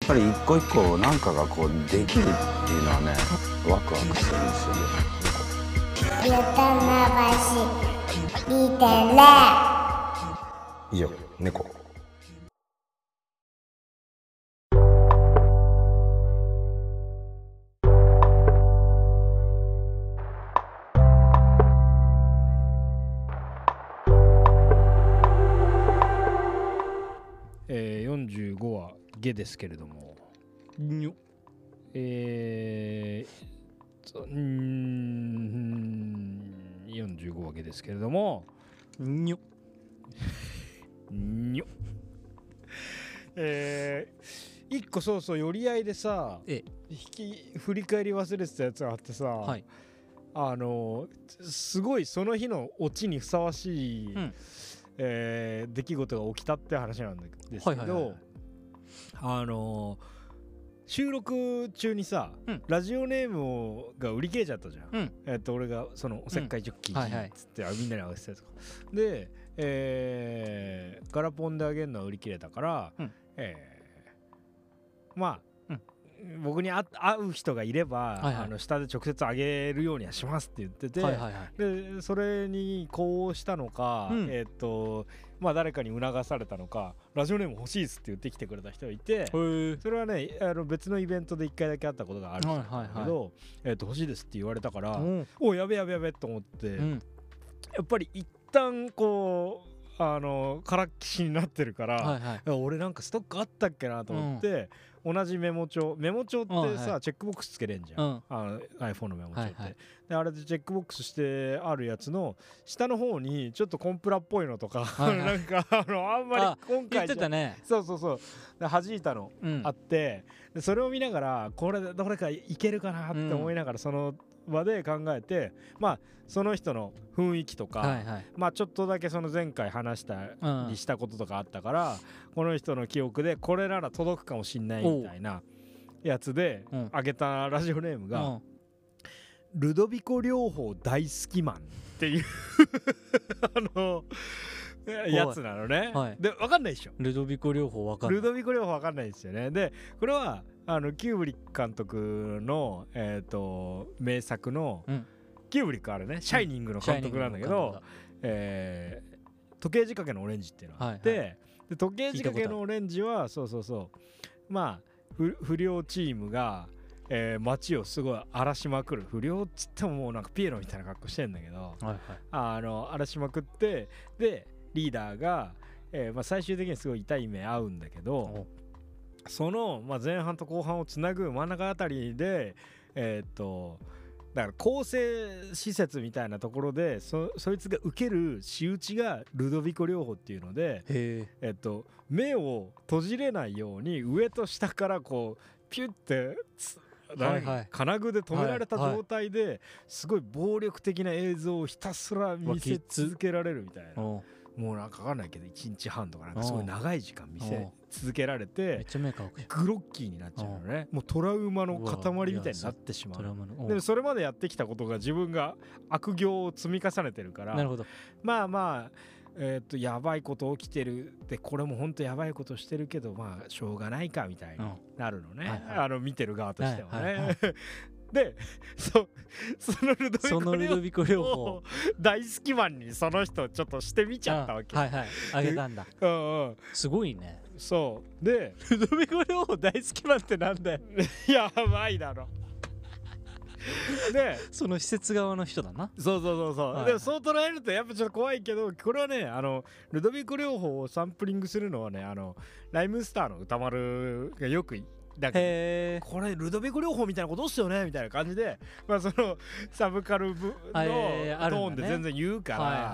ぱり一個一個なんかがこうできるっていうのはね、ワクワクするんですよね。 ゆたまばし2.0。 以上、猫。 45話下ですけれども、にょ45話下ですけれども、にょにょ一個そう寄り合いでさ、振り返り忘れてたやつがあってさ、はい、すごいその日のオチにふさわしい、出来事が起きたって話なんですけど、収録中にさ、ラジオネームが売り切れちゃったじゃん、俺がそのおせっかいジョッキーっつってみんなに合わせたやつとかで、ガラポンであげるのは売り切れたから、まあ、僕に会う人がいれば、下で直接あげるようにはしますって言ってて、でそれに呼応したのか、まあ誰かに促されたのか、ラジオネーム欲しいっすって言ってきてくれた人がいて、それはね別のイベントで1回だけ会ったことがあるんだけど、欲しいですって言われたから、おやべやべと思って、やっぱり一旦こうからっきしになってるから、俺なんかストックあったっけなと思って、同じメモ帳ってさ、チェックボックスつけれんじゃん、iPhone のメモ帳って、であれでチェックボックスしてあるやつの下の方にちょっとコンプラっぽいのとか、なんかあんまり今回言ってたね、 そうで弾いたのあって、でそれを見ながらこれどれかいけるかなって思いながら、その場で考えて、まあその人の雰囲気とか、まあちょっとだけその前回話したりしたこととかあったから、この人の記憶でこれなら届くかもしんないみたいなやつであげたラジオネームが、ルドビコ療法大好きマンっていうやつなのね。で分かんないでしょ、 ルドビコ療法分かんない。 ルドビコ療法分かんないですよね。でこれはキューブリック監督の名作の、キューブリックあれね、シャイニングの監督なんだけど、時計仕掛けのオレンジっていうのがあって、で時計仕掛けのオレンジはまあ不良チームが街をすごい荒らしまくる、不良っつってももうなんかピエロみたいな格好してんだけど、荒らしまくって、でリーダーが、まあ、最終的にすごい痛い目合うんだけど、その、まあ、前半と後半をつなぐ真ん中あたりでだから更生施設みたいなところでそいつが受ける仕打ちがルドビコ療法っていうので、目を閉じれないように上と下からこうピュッて金具で止められた状態ですごい暴力的な映像をひたすら見せ続けられるみたいな、もうなんか分かんないけど1日半とかなんかすごい長い時間見せ続けられて、 めっちゃ目乾く、 グロッキーになっちゃうのね。もうトラウマの塊みたいになってしまう。でもそれまでやってきたことが自分が悪行を積み重ねてるから、まあやばいこと起きてるで、これも本当やばいことしてるけどまあしょうがないかみたいになるのね、見てる側としてはね。でそのルドビコ療法大好きマンにその人ちょっとしてみちゃったわけ。 あげたんだ。すごいね。 そうでルドビコ療法大好きマンってなんだよやばいだろでその施設側の人だな。 そうでもそう捉えるとやっぱちょっと怖いけど、これはねルドビコ療法をサンプリングするのはねライムスターの歌丸がよくだけど、これルドビコ療法みたいなことっすよねみたいな感じで、まあそのサブカルのトーンで全然言うから、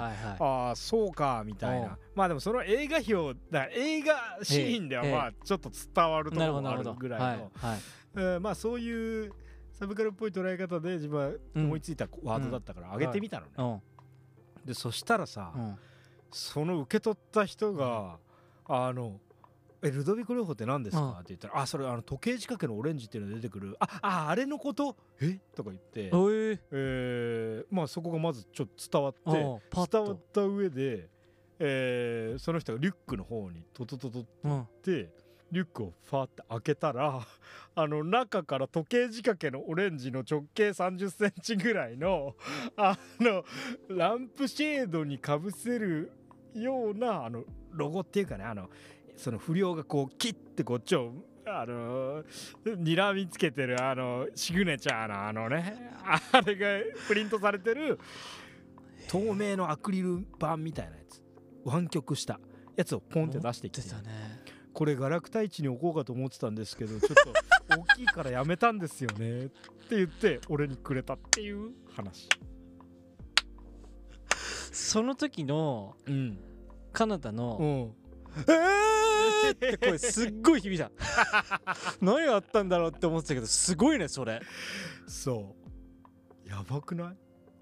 ああそうかみたいな。まあでもその映画表だ、映画シーンではまあちょっと伝わるところもあるぐらいの、まあそういうサブカルっぽい捉え方で自分は思いついたワードだったから上げてみたのね。でそしたらさ、その受け取った人がルドビコ療法って何ですかって言ったら、それ時計仕掛けのオレンジっていうのが出てくる、あれのこととか言って、まあそこがまずちょっと伝わった上で、その人がリュックの方にトトトトって、 リュックをファーって開けたら中から時計仕掛けのオレンジの直径30センチぐらいのランプシェードにかぶせるようなロゴっていうかね、その不良がこうキッてこっちを睨みつけてるシグネチャーのねあれがプリントされてる透明のアクリル板みたいなやつ、湾曲したやつをポンって出してきて、これガラクタ市に置こうかと思ってたんですけどちょっと大きいからやめたんですよねって言って俺にくれたっていう話。 その時のカナダのって声すっごい響いた何があったんだろうって思ってたけど、すごいねそれ。 そうやばくない？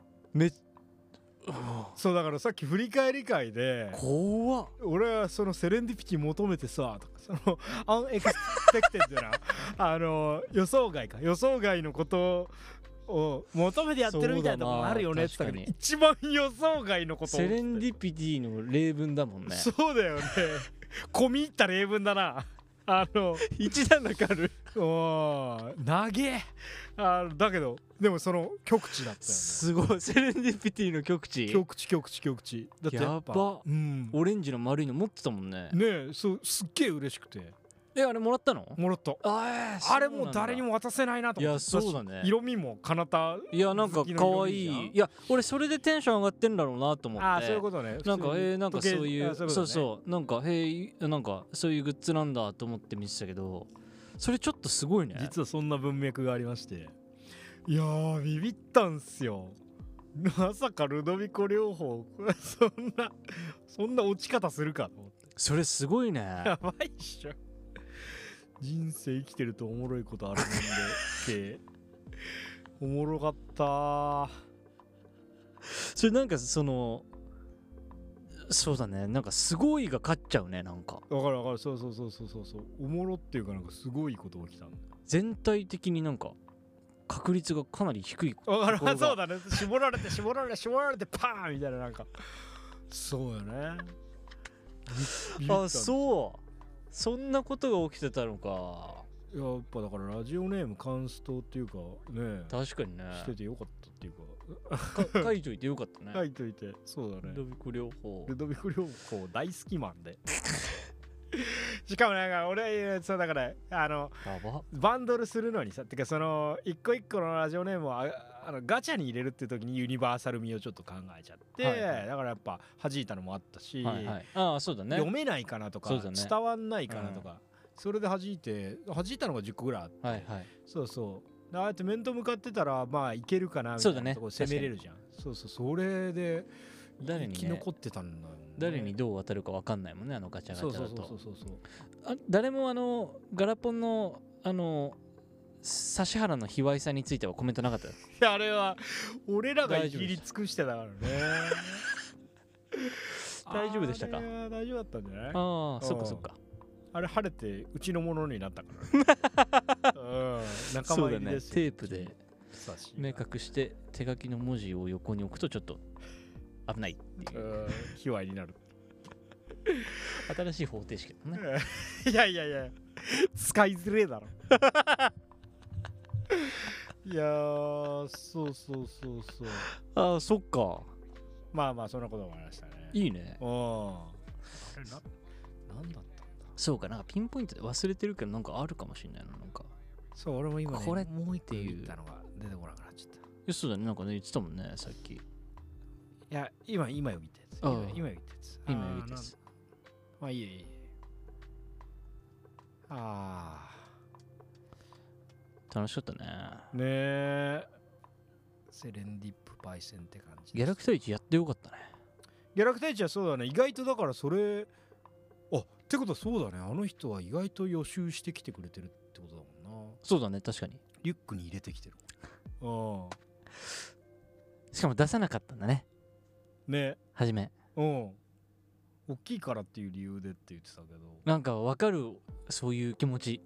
あそうだからさっき振り返り会で怖っ、 俺はそのセレンディピティ求めてさとかそのアンエクスペクテッドな予想外のことを求めてやってるみたいなとこもあるよねって言ったけど、一番予想外のことをセレンディピティの例文だもんね。 そうだよね込み入った例文だな。 一段落ある長え。だけどでもその極地だったよね。 すごい、セレンディピティの極地だってやっぱやば、オレンジの丸いの持ってたもんね。 ねえ、そうすっげえ嬉しくて。 あれもらったの？ もらった。あれもう誰にも渡せないなと思って。 いやそうだね、 色味もかなた、 いやなんかかわいい。いや俺それでテンション上がってんだろうなと思って。 ああそういうことね。 なんかなんかそういう、そうそうなんかなんかそういうグッズなんだと思って見てたけど、それちょっとすごいね。 実はそんな文脈がありまして、いやービビったんすよ。まさかルドビコ療法そんな落ち方するかと思って。 それすごいね。 やばいっしょ。人生生きてるとおもろいことあるもんでおもろかったー。 それなんかそうだね、なんかすごいが勝っちゃうね。なんかわかるそうおもろっていうかなんかすごいこと起きたんだ。 全体的になんか確率がかなり低い。 わかるそうだね。絞られてパーンみたいな、なんかそうよね。 あそう、そんなことが起きてたのか。 やっぱだからラジオネームカンストっていうかね、 確かにね、 しててよかったっていうか書いといてよかったね。 書いといて、そうだね。 ルドビコ療法大好きマンでしかもなんか俺そうだからバンドルするのにさ、てかその一個一個のラジオネームをガチャに入れるって時にユニバーサル味をちょっと考えちゃって、だからやっぱ弾いたのもあったし、 ああそうだね、 読めないかなとか、伝わんないかなとか、それで弾いたのが10個ぐらいあって、そうああやって面と向かってたらまあいけるかなみたいなとこ攻めれるじゃん。それで生き残ってたんだよね。 誰にどう渡るか分かんないもんね、ガチャガチャだと。 そう誰もガラポンの指原の卑猥さについてはコメントなかった。 いやあれは俺らがいじり尽くしてたからね大丈夫でしたか？ 大丈夫だったんじゃない？ ああそっかあれ晴れてうちのものになったから仲間入りです。 テープで目隠して手書きの文字を横に置くとちょっと危ないっていう卑猥になる新しい方程式だねいや使いづれえだろいやそうああそっか、 まあそんなこともありましたね。 いいね。 あれなんだったんだ。 そうか、なんかピンポイントで忘れてるけどなんかあるかもしれないな。なんかそう俺も今ねこれもう一個言ったのが出てこなくなっちゃった。 そうだね、なんかね言ってたもんねさっき。 いや今よぎったやつ。今よぎったやつ。まあいい。 楽しかったね。 ねえ。セレンディップパイセンって感じ。 ギャラクタ市やってよかったね。 ギャラクタ市はそうだね。意外とだからそれってことはそうだね。あの人は意外と予習してきてくれてるってことだもんな。 そうだね、確かに。 リュックに入れてきてる。 しかも出さなかったんだね。 ね。 初め。 大きいからっていう理由でって言ってたけど。 なんかわかる、そういう気持ち。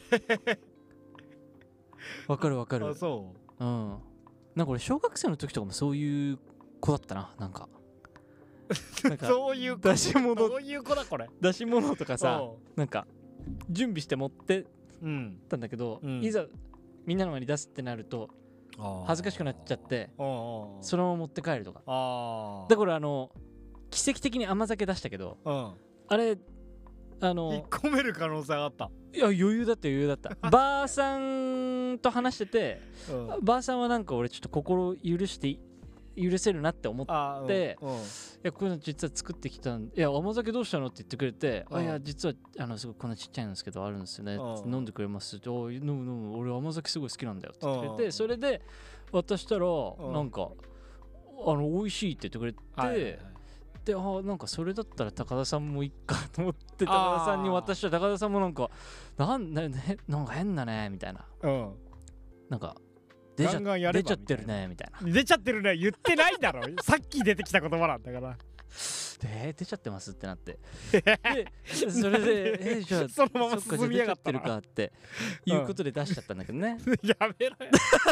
わかる。 あ、そう。 なんか俺小学生の時とかもそういう子だったな。なんかそういう出し物、 どういう子だこれ。 出し物とかさ、なんか準備して持ってったんだけど、いざみんなの前に出すってなると恥ずかしくなっちゃってそのまま持って帰るとか。だから奇跡的に甘酒出したけど、あれ引っ込める可能性があった。 いや余裕だったばあさんと話してて、ばあさんはなんか俺ちょっと心許せるなって思って、いやこういうの実は作ってきたん、いや甘酒どうしたのって言ってくれて、いや実はすごいこんなちっちゃいんですけどあるんですよね、飲んでくれますって、飲む俺甘酒すごい好きなんだよって言ってくれて、それで渡したらなんか美味しいって言ってくれて、でなんかそれだったら高田さんもいいかと思って高田さんに渡したら、高田さんもなんかなんか変だねみたいな、なんか出ちゃってるねみたいな、 出ちゃってるね言ってないだろさっき出てきた言葉なんだから出ちゃってますってなってでそれでじゃあそのまま進みやがったるかっていうことで出しちゃったんだけどねやめろよ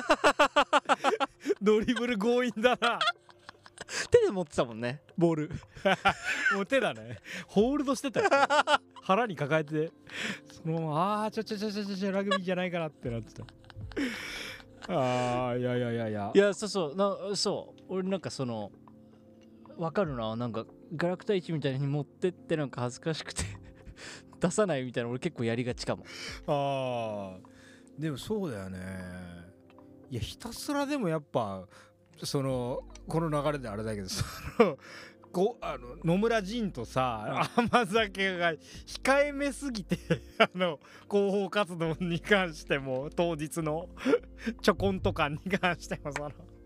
ドリブル強引だな手で持ってたもんねボールもう手だねホールドしてたよ腹に抱えてそのままちょラグビーじゃないかなってなってたいやそう俺なんかわかるな、なんかガラクタ市みたいに持ってってなんか恥ずかしくて出さないみたいな俺結構やりがちかも。 でもそうだよね。いやひたすらでもやっぱこの流れであれだけど野村仁とさ、甘酒が控えめすぎて広報活動に関しても当日のちょこんと感に関しても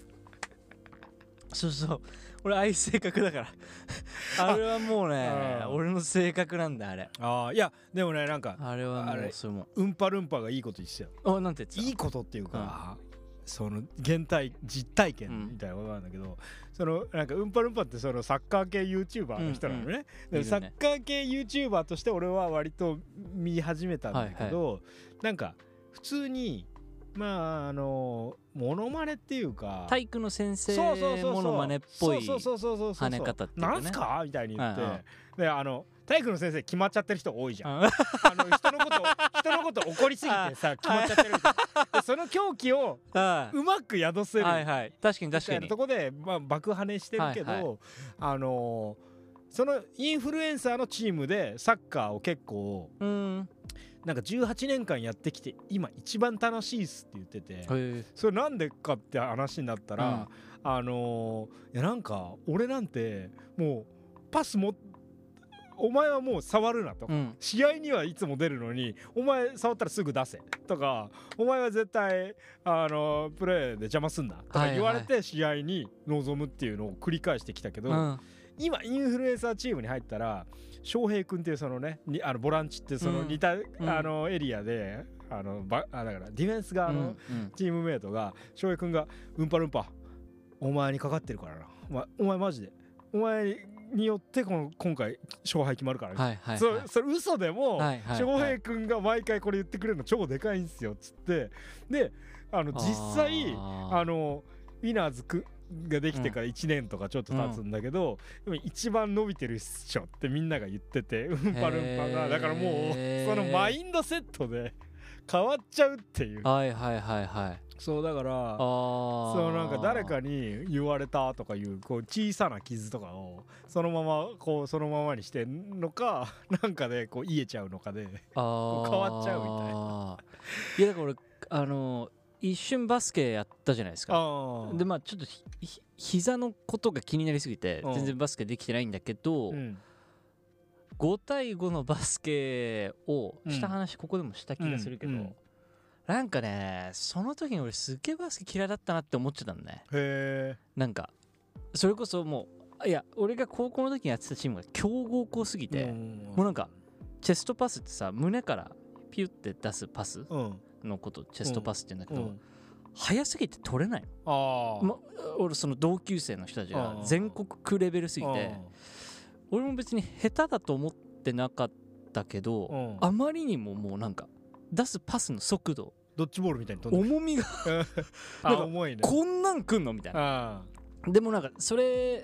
そう俺ああいう性格だからあれはもうね俺の性格なんだあれ。 いやでもねなんかあれはもうそれもうんぱるんぱがいいこと言ってたよ。 なんて言ってた？ いいことっていうか、実体験みたいなことなんだけど、なんかうんぱるんぱってサッカー系 YouTuber の人なのね。でサッカー系 YouTuber として俺は割と見始めたんだけど、なんか普通にモノマネっていうか体育の先生モノマネっぽい跳ね方っていうかね、 なんすかみたいに言って、で体育の先生決まっちゃってる人多いじゃん人のこと怒りすぎてさ決まっちゃってるみたいなその狂気をうまく宿せる確かにみたいなとこで爆跳ねしてるけど、そのインフルエンサーのチームでサッカーを結構なんか18年間やってきて今一番楽しいっすって言ってて、それなんでかって話になったら、いやなんか俺なんてもうパスお前はもう触るなと、試合にはいつも出るのにお前触ったらすぐ出せとか、お前は絶対プレーで邪魔すんなとか言われて試合に臨むっていうのを繰り返してきたけど、今インフルエンサーチームに入ったら翔平君っていうボランチって似た、エリアでだからディフェンス側のチームメイトが翔平君がうんぱるんぱお前にかかってるからな、お前マジでお前によって今回勝敗決まるからね、それ嘘でも翔平君が毎回これ言ってくれるの超でかいんすよっつって、で実際ウィナーズができてから1年とかちょっと経つんだけど、でも一番伸びてるっしょってみんなが言ってて、うんぱるんぱがだからもうそのマインドセットで変わっちゃうっていう。そうだからなんか誰かに言われたとかいう小さな傷とかをそのままにしてんのか、なんかで癒えちゃうのかで変わっちゃうみたいな。 いやだから俺一瞬バスケやったじゃないですか。でちょっと膝のことが気になりすぎて全然バスケできてないんだけど、5対5のバスケをした話ここでもした気がするけど、なんかねその時に俺すっげえバスケ嫌いだったなって思っちゃったのね。なんかそれこそもう俺が高校の時にやってたチームが強豪校すぎて、もうなんかチェストパスってさ胸からピュッて出すパスのことチェストパスって言うんだけど、早すぎて取れないの。俺その同級生の人たちが全国区レベルすぎて、俺も別に下手だと思ってなかったけど、あまりにももうなんか出すパスの速度ドッジボールみたいに飛んで重みが重いね、 こんなんくんのみたいな。でもなんかそれ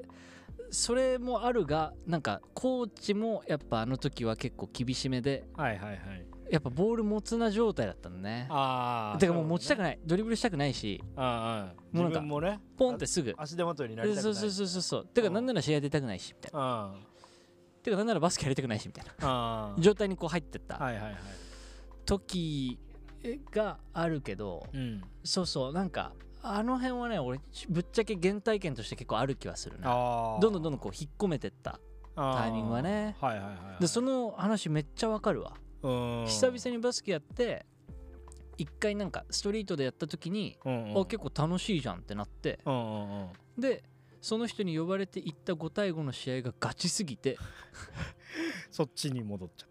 もあるが、なんかコーチもやっぱあの時は結構厳しめで、 やっぱボール持つな状態だったのね。 ああ。 だからもう持ちたくない、ドリブルしたくないし、 自分もね、 ポンってすぐ足手まといになりたくない。 そうてかなんなら試合出たくないしみたいな。てかなんならバスケやりたくないしみたいな状態にこう入ってった時があるけど、そうなんかあの辺はね、俺ぶっちゃけ原体験として結構ある気はするな。どんどんこう引っ込めてったタイミングはね。でその話めっちゃわかるわ。久々にバスケやって一回なんかストリートでやった時に、結構楽しいじゃんってなって、でその人に呼ばれて行った5対5の試合がガチすぎてそっちに戻っちゃった。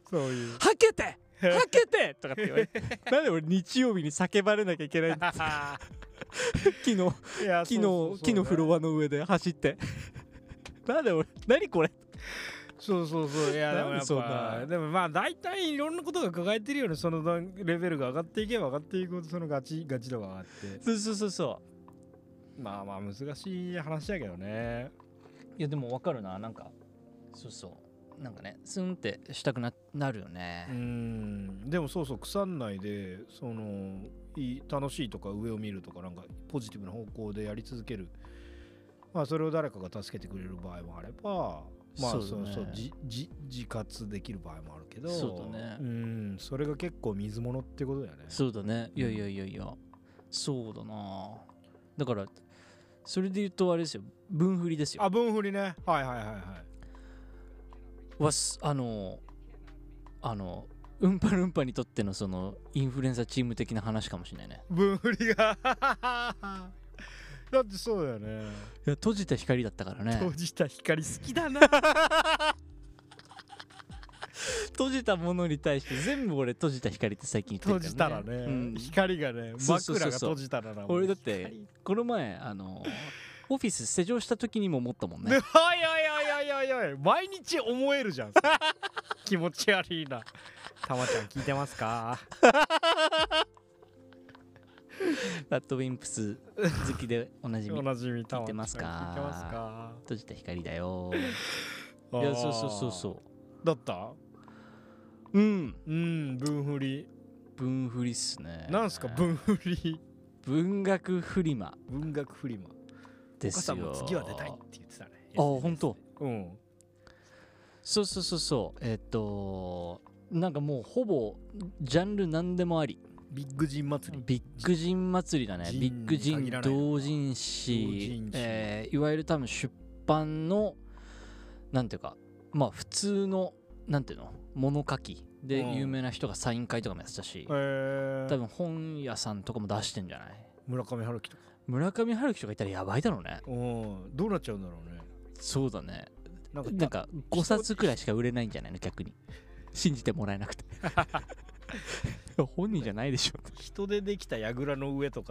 そういうはけてとかって言われてなんで俺日曜日に叫ばれなきゃいけないんだ木のフロアの上で走ってなんで俺何これ。 そういやでもやっぱでもまあ大体いろんなことが抱えてるよね。そのレベルが上がっていけば上がっていくほどそのガチ度が上がって、そうまあ難しい話だけどね。 いやでも分かるな。なんかそうなんかね、スンってしたく なるよね。 でもそう腐んないでその楽しいとか上を見るとかなんかポジティブな方向でやり続ける。まあそれを誰かが助けてくれる場合もあれば、まあ自活できる場合もあるけど、 そうだね。 それが結構水物ってことだよね。そうだね。 いやそうだな。だからそれで言うとあれですよ、分振りですよ。 分振りね。はいうんぱるんぱにとってのそのインフルエンザチーム的な話かもしれないね。 分振りがだってそうだよね。 いや閉じた光だったからね。 閉じた光好きだな閉じたものに対して全部俺閉じた光って最近言ってるからね。 閉じたらね、光がね、枕が閉じたらな。 俺だってこの前オフィス施錠した時にも思ったもんね。 おい毎日思えるじゃん気持ち悪いな。たまちゃん聞いてますかラッドウィンプス好きでおなじみ聞いてますか。 閉じた光だよ。いやそうだった分振りっすね。なんすか分振り。 文学フリマですよ。 お母さんも次は出たいって言ってたね。 本当。そうなんかもうほぼジャンル何でもあり。 ビッグジン祭りだね。ビッグジン、同人誌、いわゆる多分出版のなんていうか、まあ普通のなんていうの物書きで有名な人がサイン会とかもやってたし、多分本屋さんとかも出してんじゃない。 村上春樹とかいたらやばいだろうね。 どうなっちゃうんだろうね。 そうだね。なんか5冊くらいしか売れないんじゃないの、逆に。信じてもらえなくて本人じゃないでしょ。 人でできた櫓の上とか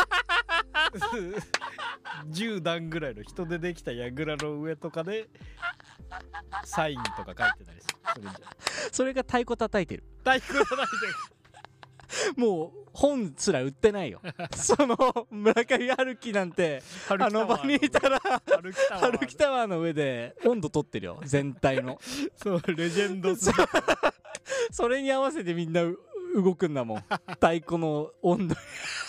10段ぐらいの人でできた櫓の上とかでサインとか書いてたりする。 それが太鼓叩いてるもう本すら売ってないよその村上春樹なんてあの場にいたら春樹タワーの上で温度取ってるよ全体のそうレジェンドそれに合わせてみんな動くんだもん太鼓の温度い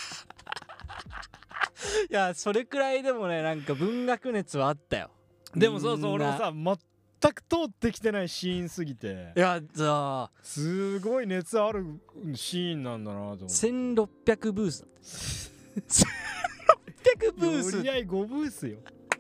やそれくらいでもね、なんか文学熱はあったよ。 でもそう俺もさ全く通ってきてないシーンすぎて、 いやさすごい熱あるシーンなんだなと思って。 1600ブース1600ブースより合い5ブースよ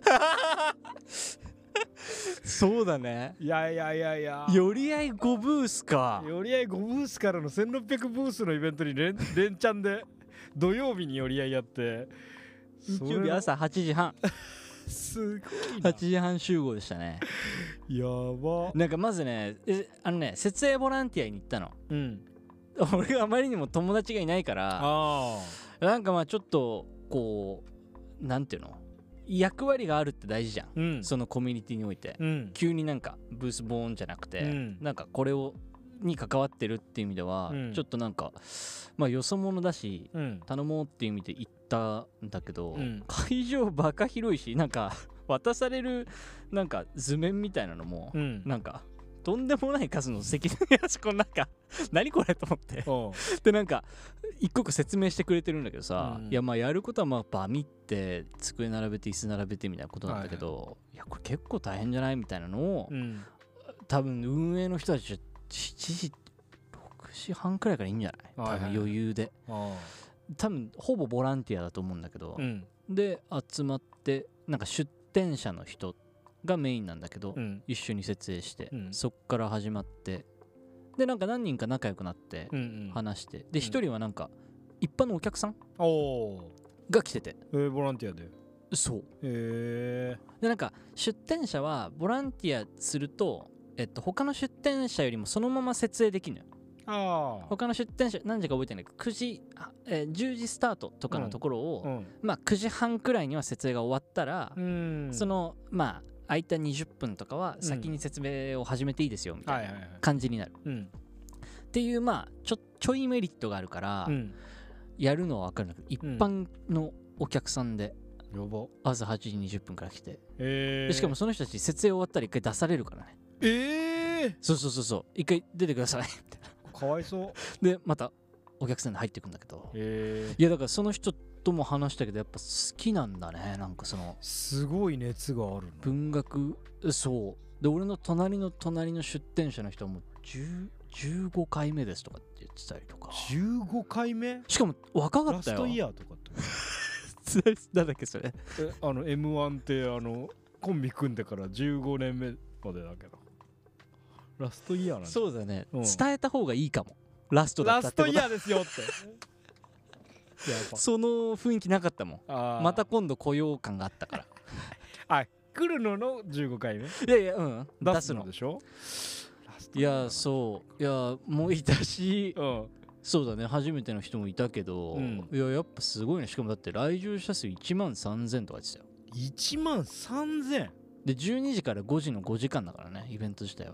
そうだね。 いやより合い5ブースか。 より合い5ブースからの1600ブースのイベントに連チャンで土曜日により合いやって日曜日朝8時半すごいな。 8時半集合でしたね。 やば。 なんかまずね設営ボランティアに行ったの。俺があまりにも友達がいないから、なんかまあちょっとこうなんていうの役割があるって大事じゃん、そのコミュニティにおいて、急になんかブースボーンじゃなくて、なんかこれに関わってるっていう意味では、ちょっとなんかまあよそ者だし、頼もうっていう意味で行ったんだけど、会場バカ広いし、なんか渡されるなんか図面みたいなのも、なんかとんでもない数の責任やし、このなんか何これと思ってでなんか一個一個説明してくれてるんだけどさ、いやまあやることはまあバミって机並べて椅子並べてみたいなことなんだけど、いやこれ結構大変じゃないみたいなのを、多分運営の人たちは7時6時半くらいからいいんじゃない、多分余裕で、多分ほぼボランティアだと思うんだけど、で集まってなんか出店者の人がメインなんだけど、一緒に設営して、そっから始まって、でなんか何人か仲良くなって話して、で一人はなんか一般のお客さんが来てて、 ボランティアで、 そうでなんか出店者はボランティアすると他の出店者よりもそのまま設営できるのよ。他の出店者何時か覚えてないけど9時、10時スタートとかのところを、まあ9時半くらいには設営が終わったら、そのまあ空いた20分とかは先に説明を始めていいですよみたいな感じになるっていう、まあちょいメリットがあるからやるのは分かるんだけど、一般のお客さんで朝8時20分から来て、でしかもその人たち設営終わったら一回出されるからね。そう一回出てくださいみたいな、 かわいそうでまたお客さんで入ってくんだけど、いやだからその人とも話したけどやっぱ好きなんだね、なんかそのすごい熱があるの文学。そうで俺の隣の出店者の人はもう15回目ですとかって言ってたりとか。 15回目しかも若かったよ。 ラストイヤーとかってなんだっけそれ M1 ってコンビ組んでから15年目までだけどラストイヤーなんだ。 そうだね、伝えた方がいいかも、ラストだったってこと。 ラストイヤーですよってその雰囲気なかったもん。また今度来よう感があったから来るのの15回目。 いや出すのでしょ。 いやそういやもういたし、そうだね初めての人もいたけど、いややっぱすごいね。しかもだって来場者数1万3000とか言ってたよ。 1万3000 で12時から5時の5時間だからね、イベント自体は。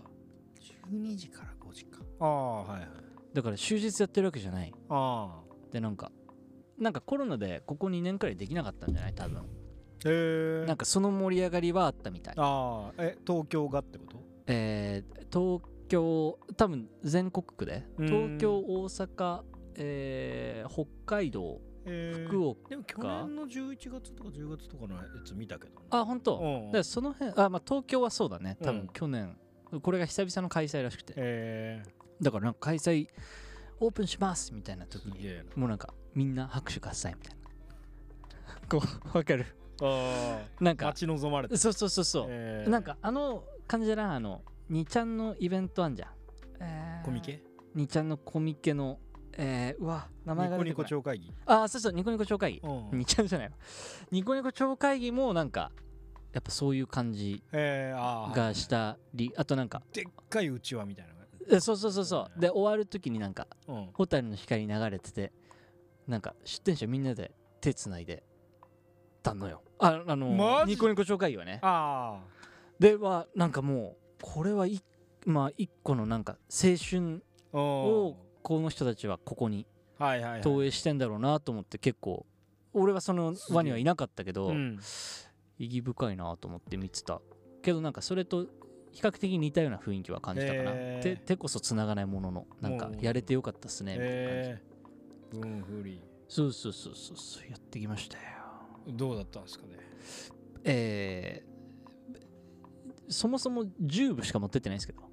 12時から5時か。はいはい。 だから終日やってるわけじゃない。でなんかコロナでここ2年くらいできなかったんじゃない多分。なんかその盛り上がりはあったみたい。 東京がってこと？ 東京多分全国区で東京大阪、北海道、福岡。 でも去年の11月とか10月とかのやつ見たけど、ね、 本当。でその辺まあ東京はそうだね多分去年、これが久々の開催らしくて、だからなんか開催オープンしますみたいな時にもうなんかみんな拍手喝采みたいなこうわかる。なんか待ち望まれて。 そう、なんか感じだな。2ちゃんのイベントあんじゃん、 コミケ 2ちゃんのコミケのうわ名前がニコニコ超会議。 そうニコニコ超会議、2ちゃんじゃないわ。ニコニコ超会議もなんかやっぱそういう感じがしたり、あとなんかでっかいうちわみたいな。 そうで終わる時になんか蛍の光流れてて、なんか出店者みんなで手つないでたのよ。ニコニコ超会議はね。ではなんかもうこれはまあ一個のなんか青春をこの人たちはここに投影してんだろうなと思って、結構俺はその輪にはいなかったけど、意義深いなと思って見てたけど、なんかそれと比較的似たような雰囲気は感じたかな。手こそつながないもののなんかやれてよかったっすねみたいな感じ。 文振り。 そうやってきましたよ。 どうだったんですかね。 そもそも10部しか持ってってないんですけど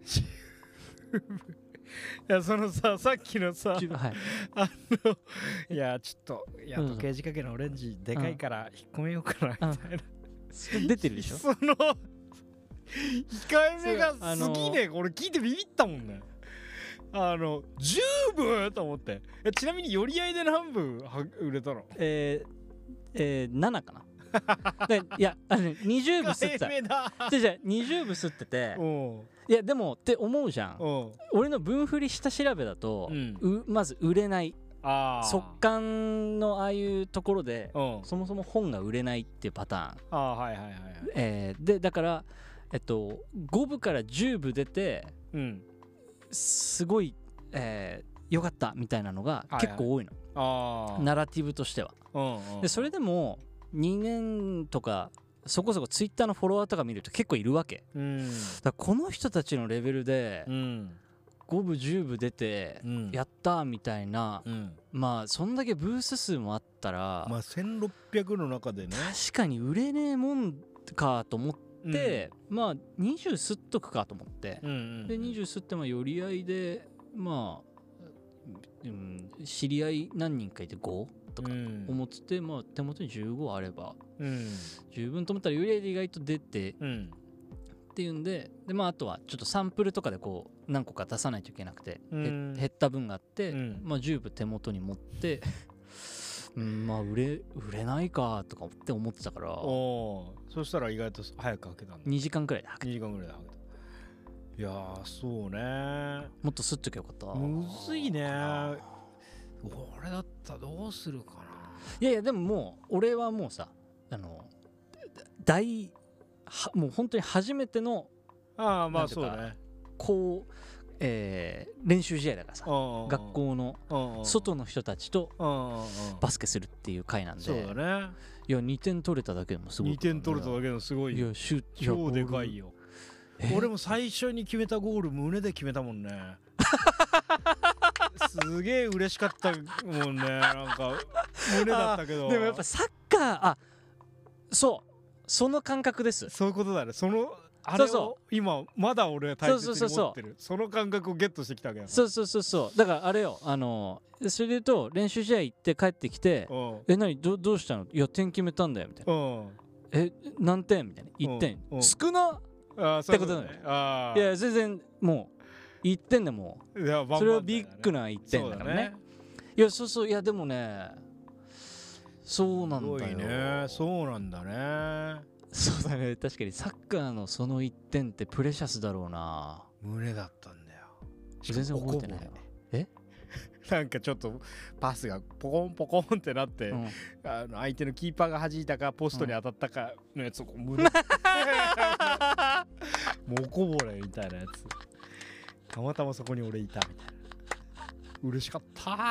いやそのさっきのさいやちょっと時計仕掛けのオレンジでかいから引っ込めようかなみたいな出てるでしょ。 その控えめがすぎね。俺聞いてビビったもんね。10部と思って。ちなみに寄り合いで何部売れたの ？7かな。いや20部吸ってた。20部吸ってて、いやでもって思うじゃん。俺の分振りした調べだと、まず売れない、速乾のああいうところでそもそも本が売れないっていうパターン。でだから5部から10部出て、すごい良かったみたいなのが結構多いの、ナラティブとしては。でそれでも2年とかそこそこツイッターのフォロワーとか見ると結構いるわけ、だからこの人たちのレベルで5部10部出てやったみたいな、まあそんだけブース数もあったら、 まあ1600の中でね確かに売れねえもんかと思って、まあ20吸っとくかと思って、で20吸って寄り合いでまあ、知り合い何人かいて5とか思ってて、まあ手元に15あれば十分と思ったら寄り合いで意外と出て、っていうんで、まああとはちょっとサンプルとかでこう何個か出さないといけなくて、減った分があって、まあ10部手元に持ってまあ売れないかとかって思ってたから、 そしたら意外と早く開けたんだ。 2時間くらいで開けた。 2時間くらいで開けた。いやーそうね、 もっと吸っときゃよかった。 むずいね。俺だったらどうするかな。 いやいやでももう俺はもうさもう本当に初めてのまあそうね、 こう練習試合だからさ、学校の外の人たちとバスケするっていう回なんで、 そうだね。 いや2点取れただけでもすごい、 2点取れただけでもすごいよ。 いや超でかいよ。俺も最初に決めたゴール胸で決めたもんね。すげえ嬉しかったもんね。なんか胸だったけど。 でもやっぱサッカーその感覚です。 そういうことだね。あれを今まだ俺は大切に持ってる。その感覚をゲットしてきたわけや。 そうだからあれよ、それで言うと練習試合行って帰ってきて、何どうしたの、いや点決めたんだよみたいな、何点みたいな、1点少なってことだよ。いや全然もう1点でもそれはビッグな1点だからね。いやいやでもね、そうなんだよね。 そうなんだね。 そうだね、確かにサッカーのその1点ってプレシャスだろうな。 胸だったんだよ。 全然覚えてないわ。 なんかちょっとパスがポコンポコンってなって、相手のキーパーが弾いたかポストに当たったかのやつを胸もうこぼれみたいなやつ、たまたまそこに俺いたみたいな。嬉しかった。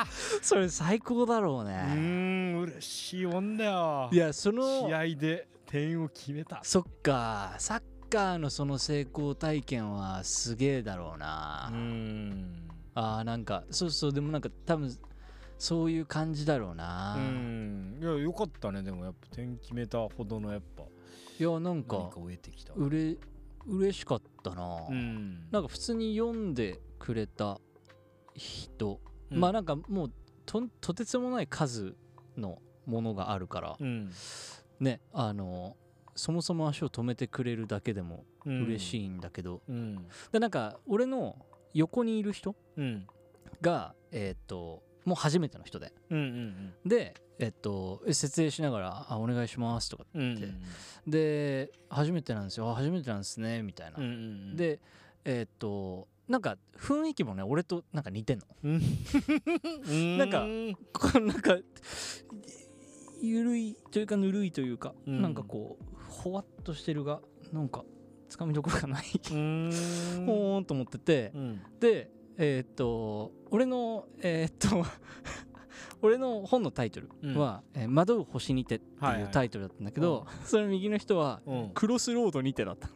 それ最高だろうね。 嬉しいもんだよ。 いやその試合で点を決めた。 そっか、サッカーのその成功体験はすげえだろうな。なんかそうでもなんか多分そういう感じだろうな。 いやよかったね。でもやっぱ点決めたほどのやっぱ、 いやなんか嬉しかったな。なんか普通に読んでくれた人、まあなんかもうとてつもない数のものがあるから、ね、そもそも足を止めてくれるだけでも嬉しいんだけど、でなんか俺の横にいる人がもう初めての人で、で設営しながらお願いしますとかって、で初めてなんですよ、初めてなんですねみたいな、でなんか雰囲気もね俺となんか似てんの。なんかゆるいというかぬるいというか、なんかこうほわっとしてるがなんかつかみどころがないほーんと思ってて、で俺の俺の本のタイトルは「惑う星にて」っていうタイトルだったんだけど、それ右の人は「クロスロードにて」だった。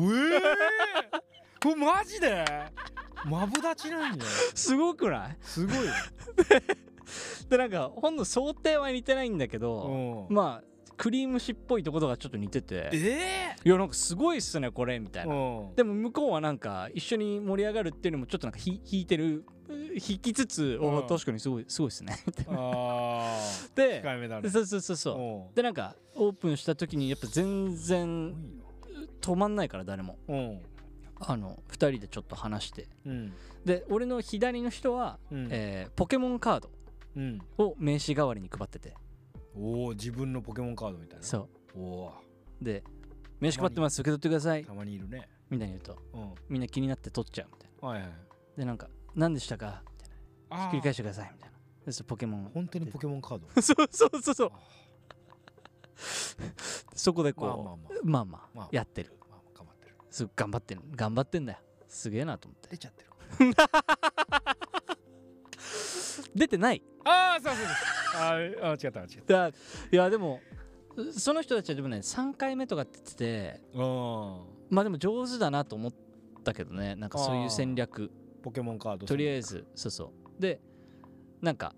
マジでマブダチなんや。 すごくない？ すごいよ。 でなんか本の想定は似てないんだけど、まあクリームシっぽいところがちょっと似てて、 いやなんかすごいっすねこれみたいな。でも向こうはなんか一緒に盛り上がるっていうのもちょっとなんか引いてる、引きつつ、確かにすごいっすねみたいな。で、控えめだね。そうでなんかオープンした時にやっぱ全然止まんないから誰も。2人でちょっと話して、で俺の左の人は、ポケモンカードを名刺代わりに配ってて、 自分のポケモンカードみたいな。 そうで名刺配ってます、受け取ってください、 たまにいるねみたいに言うと、みんな気になって取っちゃうみたいな。でなんか何でしたかみたいな、ひっくり返してくださいみたいな。でポケモン、 本当にポケモンカードそうそこでこうまあやってる、頑張ってんだよ。すげえなと思って。 出ちゃってる。 出てない。 そうです。違った。 いやでもその人たちはでもね3回目とかって言ってて、まあでも上手だなと思ったけどね、なんかそういう戦略、 ポケモンカードとりあえずそうそうでなんか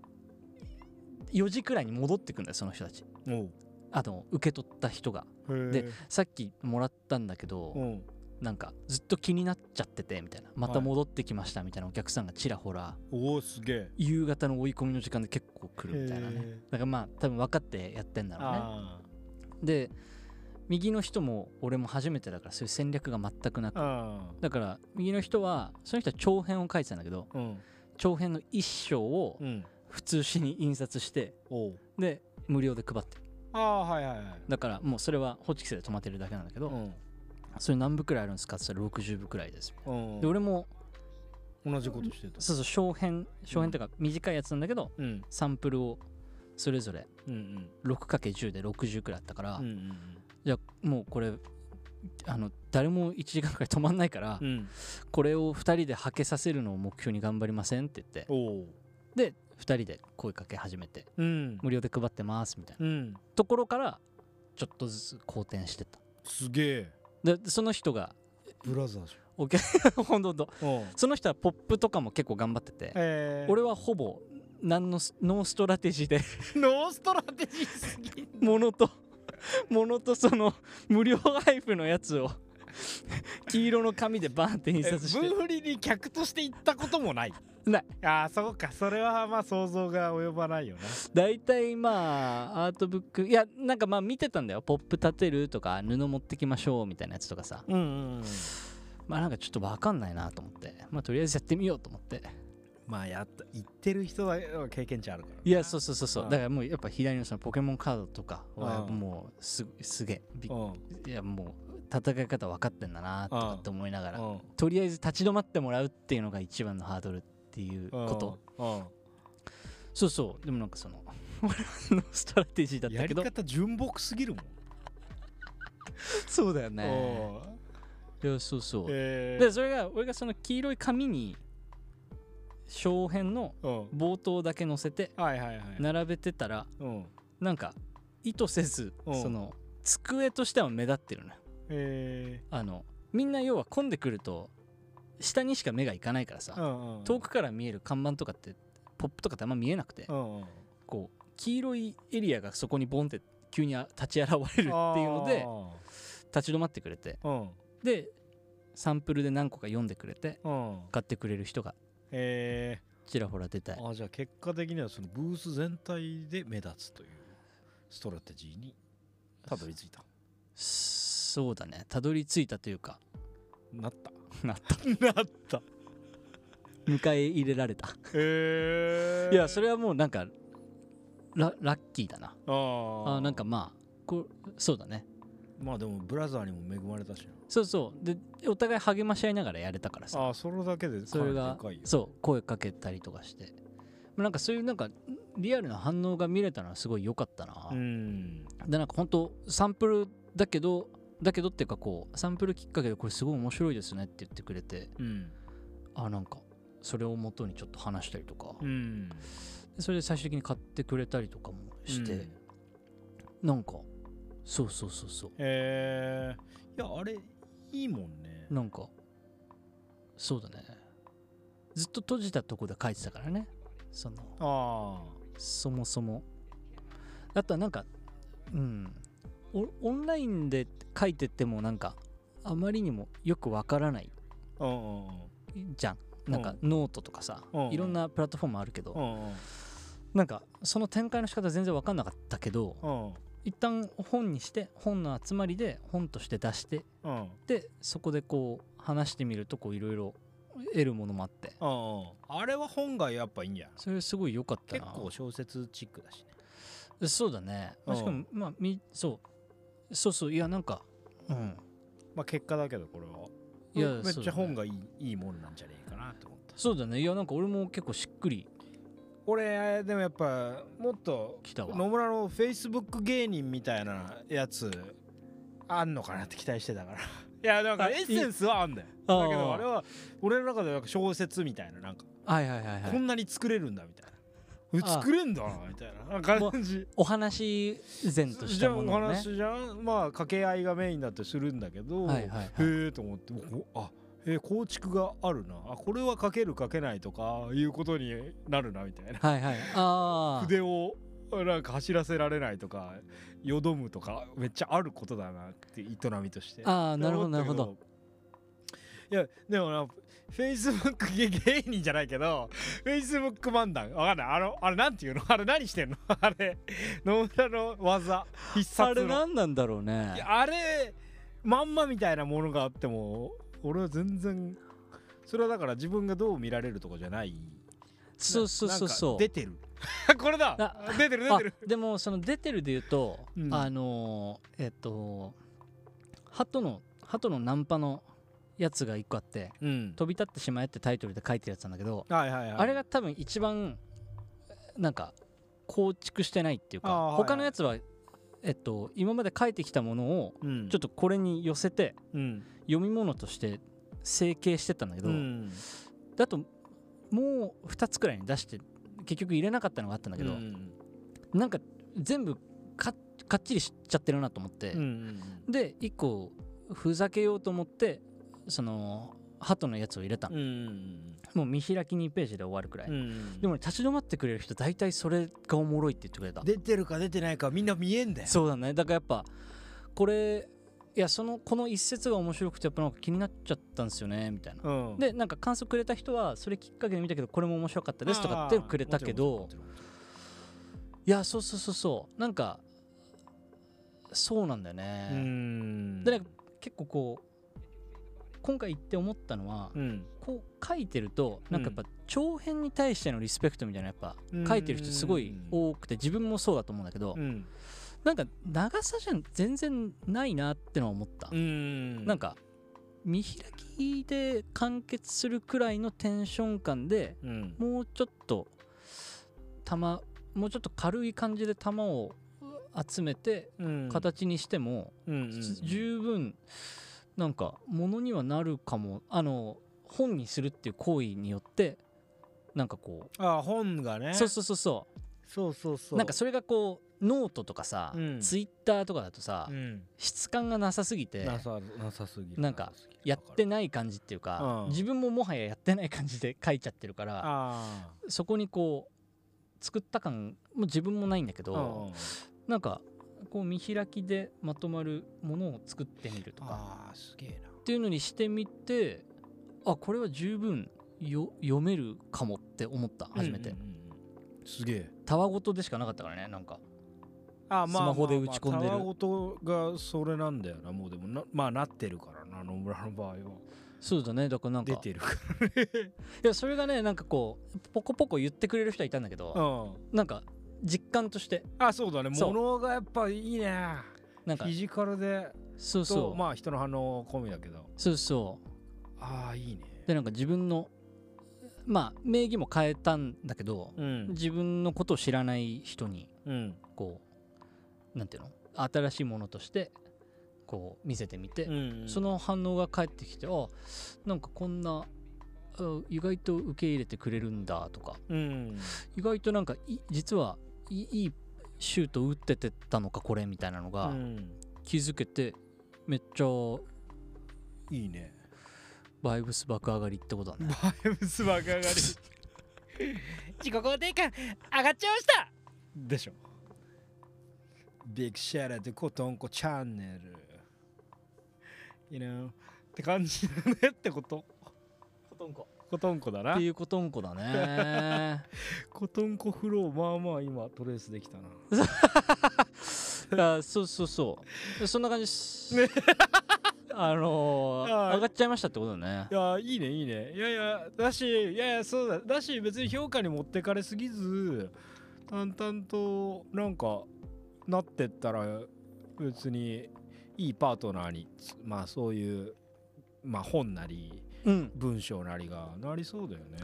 4時くらいに戻ってくんだよその人たち、受け取った人が。でさっきもらったんだけど、なんかずっと気になっちゃっててみたいな、また戻ってきましたみたいなお客さんがちらほら、 すげえ夕方の追い込みの時間で結構来るみたいなね。だからまあ多分分かってやってんだろうね。で右の人も俺も初めてだからそういう戦略が全くなく、だから右の人はその人は長編を書いてたんだけど、長編の一章を普通紙に印刷してで無料で配ってる。だからもうそれはホチキスで止まってるだけなんだけど、それ何部くらいあるんですかって言ったら60部くらいです。で俺も同じことしてた。 そうそう、小編っていうか短いやつなんだけど、サンプルをそれぞれ 6×10 で60くらいあったから、じゃあもうこれ誰も1時間くらい止まんないから、これを2人ではけさせるのを目標に頑張りませんって言って、で2人で声かけ始めて、無料で配ってますみたいな、ところからちょっとずつ好転してた。 すげえ。 でその人がブラザーじゃんほんとその人はポップとかも結構頑張ってて、俺はほぼ何のノーストラテジーでノーストラテジーすぎものとその無料配布のやつを黄色の紙でバーンって印刷して、 分振りに客として行ったこともない。 ない。 そうか、それはまあ想像が及ばないよな。 だいたいまあアートブック、いやなんかまあ見てたんだよ、ポップ立てるとか布持ってきましょうみたいなやつとかさ、まあなんかちょっと分かんないなと思って、まあとりあえずやってみようと思って、まあ言ってる人は経験値あるから。 いやそうだからもうやっぱ左のそのポケモンカードとかはもうすげえ、いやもう戦い方分かってんだなとかって思いながら、とりあえず立ち止まってもらうっていうのが一番のハードルっていうこと。そうでもなんかその俺のストラテジーだったけど、 やり方純朴すぎるもん。 そうだよね。いやそうでそれが俺がその黄色い紙に小編の冒頭だけ載せて並べてたら、なんか意図せずその机としては目立ってるね。みんな要は混んでくると下にしか目がいかないからさ、遠くから見える看板とかってポップとかってあんま見えなくて、こう黄色いエリアがそこにボンって急に立ち現れるっていうので立ち止まってくれて、でサンプルで何個か読んでくれて買ってくれる人がちらほら出たい。 じゃあ結果的にはそのブース全体で目立つというストラテジーにたどり着いた。 そうだね、たどり着いたというかなった迎え入れられた。いやそれはもうなんかラッキーだな。なんかまあそうだね。 まあでもブラザーにも恵まれたしな。 そうでお互い励まし合いながらやれたからさ。 それだけでそれがそう声かけたりとかして、なんかそういうなんかリアルな反応が見れたのはすごい良かったな。でなんか本当サンプルだけどっていうかこうサンプルきっかけでこれすごい面白いですねって言ってくれて、なんかそれを元にちょっと話したりとか、それで最終的に買ってくれたりとかもして、なんかそういやあれいいもんね。 なんかそうだね、ずっと閉じたとこで書いてたからね、そもそも。あとはなんかオンラインで書いててもなんかあまりにもよくわからないじゃん。なんかノートとかさ、いろんなプラットフォームあるけど、なんかその展開の仕方全然わかんなかったけど、一旦本にして本の集まりで本として出して、でそこでこう話してみるとこういろいろ得るものもあって、 あれは本がやっぱいいんじゃない？ それすごい良かったな。 結構小説チックだしね。そうだね。しかもまあそういやなんかまあ結果だけどこれはいやめっちゃ本がいいもんなんじゃねえかなと思った。 そうだね。いやなんか俺も結構しっくり。 俺でもやっぱもっと野村のフェイスブック芸人みたいなやつあんのかなって期待してたからいやなんかエッセンスはあんだよ。だけどあれは俺の中でなんか小説みたいな、なんかこんなに作れるんだみたいな。 作れんだなみたいな感じ。 お話前としたものをね。 じゃあお話じゃん、まあ掛け合いがメインだってするんだけど、へえと思って、構築があるな、これは書ける書けないとかいうことになるなみたいな、筆をなんか走らせられないとかよどむとかめっちゃあることだなって営みとして。 なるほどなるほど。 いやでもな、Facebook 芸人じゃないけど Facebook 漫談わかんない、あれなんていうの、あれ何してんのあれ野村の技必殺のあれ何なんだろうね。 あれまんまみたいなものがあっても俺は全然、それはだから自分がどう見られるとかじゃない。 そう出てるこれだ、出てるでもその出てるで言うと、鳩のナンパのやつが一個あって、飛び立ってしまえってタイトルで書いてるやつなんだけど、あれが多分一番なんか構築してないっていうか、他のやつは今まで書いてきたものをちょっとこれに寄せて読み物として整形してったんだけど、だともう2つくらいに出して結局入れなかったのがあったんだけど、なんか全部かっちりしちゃってるなと思って、で1個ふざけようと思ってその鳩のやつを入れたの、もう見開き2ページで終わるくらい、でも、ね、立ち止まってくれる人大体それがおもろいって言ってくれた。 出てるか出てないかみんな見えんだよ。 そうだね。だからやっぱこれいやこの一節が面白くてやっぱなんか気になっちゃったんですよねみたいな、でなんか感想くれた人はそれきっかけで見たけどこれも面白かったですとかってくれたけど、いやそうなんかそうなんだよね。で結構こう今回言って思ったのは、こう書いてるとなんかやっぱ長編に対してのリスペクトみたいなやっぱ書いてる人すごい多くて、自分もそうだと思うんだけど、なんか長さじゃ全然ないなってのは思った。なんか見開きで完結するくらいのテンション感で、もうちょっと軽い感じで球を集めて形にしても十分なんかものにはなるかも。本にするっていう行為によってなんかこう本がね、 そうなんかそれがこうノートとかさ、ツイッターとかだとさ、質感がなさすぎてなんかやってない感じっていうか、自分ももはややってない感じで書いちゃってるから、そこにこう作った感も自分もないんだけど、なんかこう見開きでまとまるものを作ってみるとかっていうのにしてみて、これは十分読めるかもって思った初めて。 すげえたわごとでしかなかったからね。なんかスマホで打ち込んでるたわごとがそれなんだよな。もうでもなってるからな、野村の場合は。 そうだね。だからなんか出てるからねいやそれがね、なんかこうポコポコ言ってくれる人はいたんだけど、なんか実感としてそうだね、ものがやっぱいいね。なんかフィジカルでまあ人の反応込みだけど、いいね。 でなんか自分の名義も変えたんだけど、自分のことを知らない人にこうなんていうの、新しいものとしてこう見せてみて、その反応が返ってきて、なんかこんな意外と受け入れてくれるんだとか、意外となんか実はいいシュート打っててたのかこれみたいなのが気づけて、めっちゃいいね。 バイブス爆上がりってことだね。 バイブス爆上がり自己肯定感上がっちゃいましたでしょ。ビッグシャラでコトンコチャンネル You know って感じだねってこと。コトンコだなっていうコトンコだねコトンコフローまあ今トレースできたなそうそんな感じです上がっちゃいましたってことだね。 いやいいね。いやそうだし、別に評価に持ってかれすぎず淡々となんかなってったら別にいいパートナーにそういう本なり、文章なりがなりそうだよね。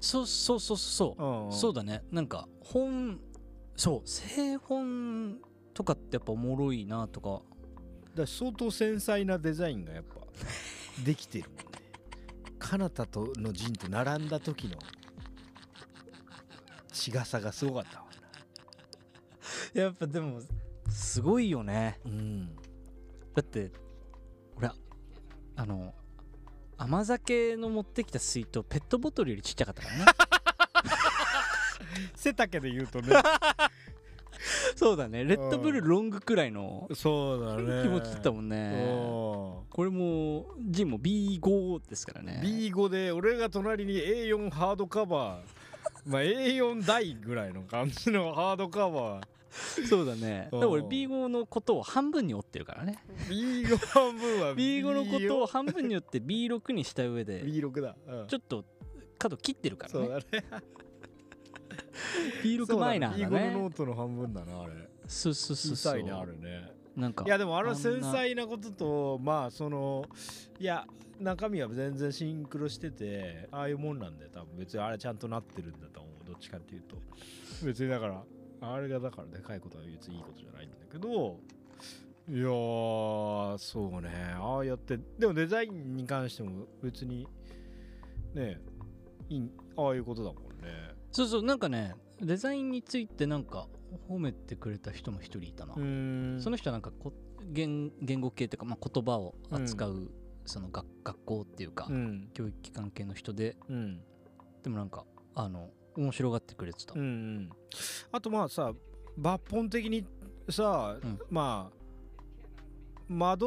そうだね。なんか製本とかってやっぱおもろいなとか。 だ相当繊細なデザインがやっぱできてるもんね。カナタとの陣と並んだ時の血がさがすごかったわやっぱでもすごいよね。だって俺甘酒の持ってきた水筒ペットボトルよりちっちゃかったからね背丈で言うとねそうだね、レッドブルロングくらいのそうだね気持ちだったもんね。これもジンも B5 ですからね。 B5 で俺が隣に A4 ハードカバーまあ A4 台ぐらいの感じのハードカバーそうだね。だから俺 B5 のことを半分に折ってるからね。 B5 半分は B5 のことを半分に折って B6 にした上で B6 だ、 ちょっと角切ってるからね。 そうだね B6 マイナーだね。 B5 のノートの半分だなあれ。 そうそうそう小さいねあるね。 なんかいやでも繊細なこととまあいや中身は全然シンクロしててああいうもんなんだよ多分。別にあれちゃんとなってるんだと思う。どっちかっていうと別にだからあれがだからでかいことは別にいいことじゃないんだけど、いやーそうね、ああやってでもデザインに関しても別にねああいうことだもんね。 そうそう、なんかねデザインについてなんか褒めてくれた人も一人いたな。その人はなんか言語系っていうか、まあ、言葉を扱う、その学校っていうか、教育機関系の人で、でもなんか面白がってくれてた。 あとまあさ抜本的にさ、まあ惑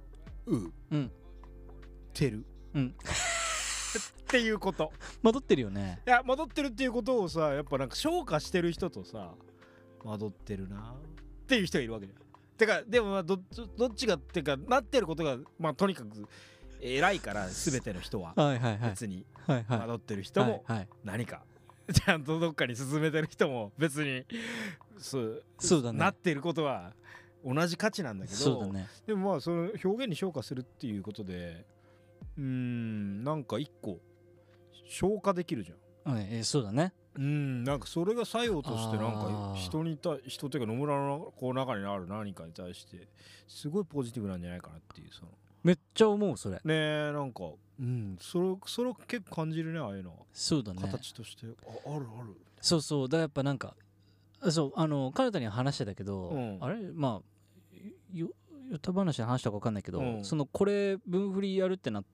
ってる、っていうこと惑ってるよね。 いや惑ってるっていうことをさやっぱなんか消化してる人とさ惑ってるなっていう人がいるわけじゃん。てかでもまあどっちがってかなってることがまあとにかく偉いから全ての人は別に惑ってる人も何かちゃんとどっかに進めてる人も別にそうだね、 なってることは同じ価値なんだけど、 そうだね、 でもまあその表現に昇華するっていうことでなんか一個消化できるじゃん。 そうだね。 なんかそれが作用としてなんか人っていうか野村のこう中にある何かに対してすごいポジティブなんじゃないかなっていうめっちゃ思うそれ。 ねえなんかそれ結構感じるねああいうのは。 そうだね。 形としてある。 そうそうだからやっぱなんかそう彼方には話してたけど、あれまあよた話で話したか分かんないけど、これ分振りやるってなって、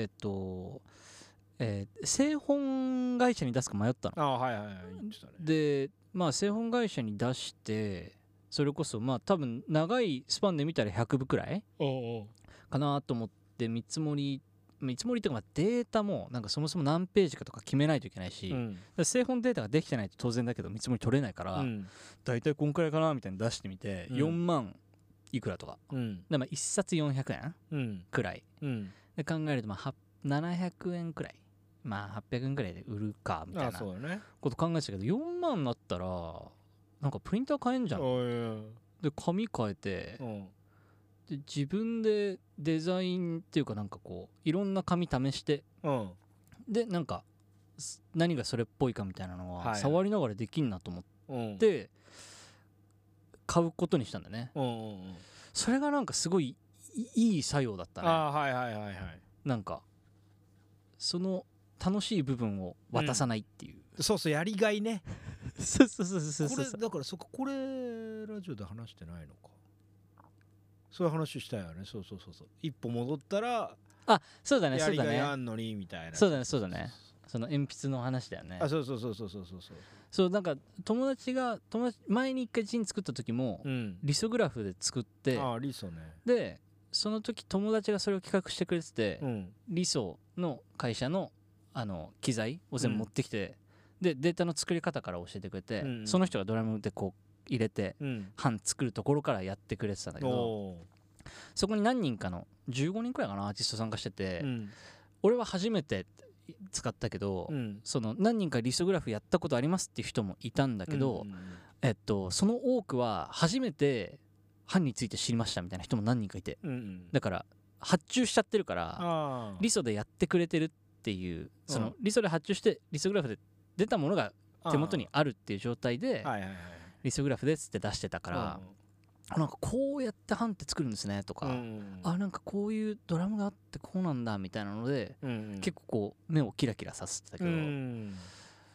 製本会社に出すか迷ったの。でまあ製本会社に出してそれこそまあ多分長いスパンで見たら100部くらいかなと思って見積もりっていうかデータもなんかそもそも何ページかとか決めないといけないし、製本データができてないと当然だけど見積もり取れないから、だいたいこんくらいかなみたいに出してみて、4万いくらとか、でまあ1冊400円くらい、で考えるとまあ700円くらい、まあ800円くらいで売るかみたいなこと考えてたけど、4万になったらなんかプリンター買えんじゃん。で紙変えて、で自分でデザインっていうかなんかこういろんな紙試して、でなんか何がそれっぽいかみたいなのは触りながらできんなと思って買うことにしたんだね。それがなんかすごいいい作用だったね。なんかその楽しい部分を渡さないっていう、 そうやりがいねそうこれだからこれラジオで話してないのか。そういう話したよね。そう一歩戻ったらそうだね、 やりがいあんのにみたいな。 そうだねその鉛筆の話だよね。そうなんか友達前に一回ジン作った時も、リソグラフで作って、 リソね。 でその時友達がそれを企画してくれてて、リソの会社の機材を全部持ってきて、でデータの作り方から教えてくれて、その人がドラムでこう入れて、版作るところからやってくれてたんだけど、そこに何人かの15人くらいかなアーティスト参加してて、俺は初めて使ったけど、その何人かリソグラフやったことありますっていう人もいたんだけど、その多くは初めて版について知りましたみたいな人も何人かいて、だから発注しちゃってるからリソでやってくれてるっていう、そのリソで発注してリソグラフで出たものが手元にあるっていう状態でリソグラフですって出してたから、なんかこうやって版って作るんですねとか、なんかこういうドラムがあってこうなんだみたいなので、結構こう目をキラキラさせてたけど、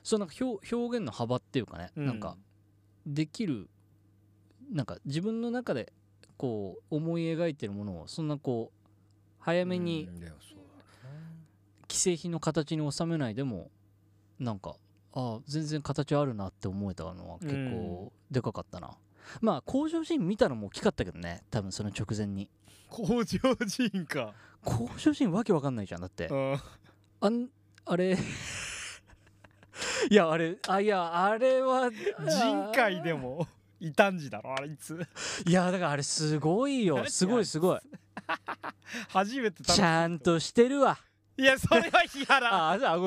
そうなんか表現の幅っていうかね、なんかできるなんか自分の中でこう思い描いてるものをそんなこう早めに既製品の形に収めないでもなんか全然形あるなって思えたのは結構でかかったな。まあ工場人見たのも大きかったけどね、多分その直前に。 工場人か。 工場人わけわかんないじゃんだって。あれいやあれは人海でも異端児だろあいつ。 いやだからあれすごいよ、すごい初めてちゃんとしてるわ。 いやそれは嫌だ。 じゃあ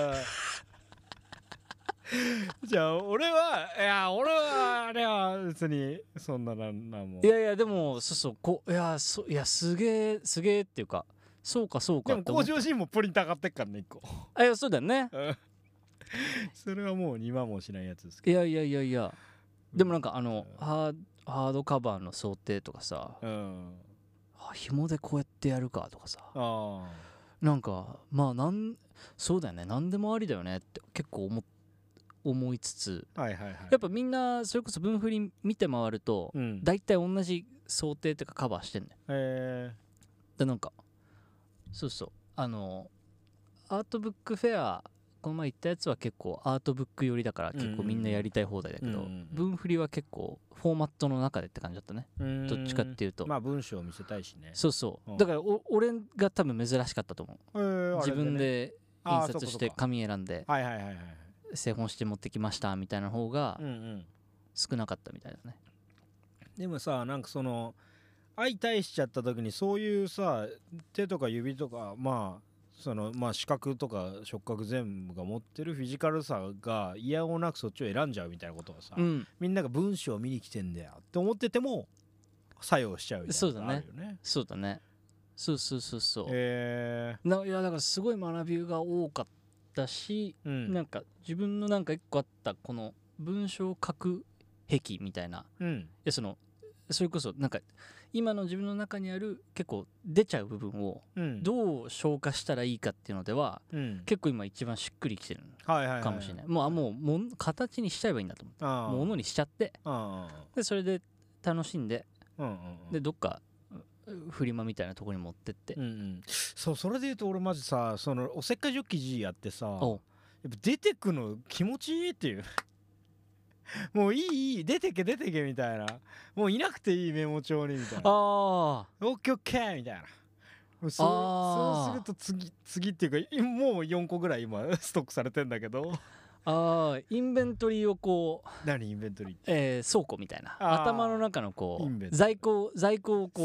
じゃあ俺はあれは別にそんななんも。 いやでもそういやすげえっていうかそうかでも工場人もプリント上がってっからね1個。 いやそうだよね。 それはもう2万もしないやつですけど。いやでもなんかハードカバーの想定とかさ、紐でこうやってやるかとかさ、なんかまあそうだよね、何でもありだよねって結構思いつつ、やっぱみんなそれこそ分振り見て回ると大体同じ想定っていうかカバーしてんね。でなんかそうアートブックフェアこの前行ったやつは結構アートブック寄りだから結構みんなやりたい放題だけど、分振りは結構フォーマットの中でって感じだったね。どっちかっていうとまあ文章を見せたいしね。 そうだから俺が多分珍しかったと思う。自分で印刷して紙選んで製本して持ってきましたみたいな方が少なかったみたいだね。 でもさなんかその相対しちゃった時にそういうさ手とか指とかまあ視覚とか触覚全部が持ってるフィジカルさがいやおなくそっちを選んじゃうみたいなことをさ、みんなが文章を見に来てんだよって思ってても作用しちゃうみたいなのがあるよね。 そうだね。そういやだからすごい学びが多かったし、なんか自分のなんか一個あったこの文章書く癖みたいな、いやそれこそなんか今の自分の中にある結構出ちゃう部分をどう消化したらいいかっていうのでは、結構今一番しっくりきてるかもしれない。もう形にしちゃえばいいんだと思ってものにしちゃってでそれで楽しんで、でどっかフリマみたいなところに持ってって、 それで言うと俺マジさおせっかいジョッキ G やってさやっぱ出てくの気持ちいいっていうもういい出てけみたいな、もういなくていいメモ帳にみたいな、オッケーオッケーみたいな。そうすると次っていうかもう4個ぐらい今ストックされてんだけどインベントリーをこう何インベントリーって、 倉庫みたいな頭の中のこう在庫をこうはい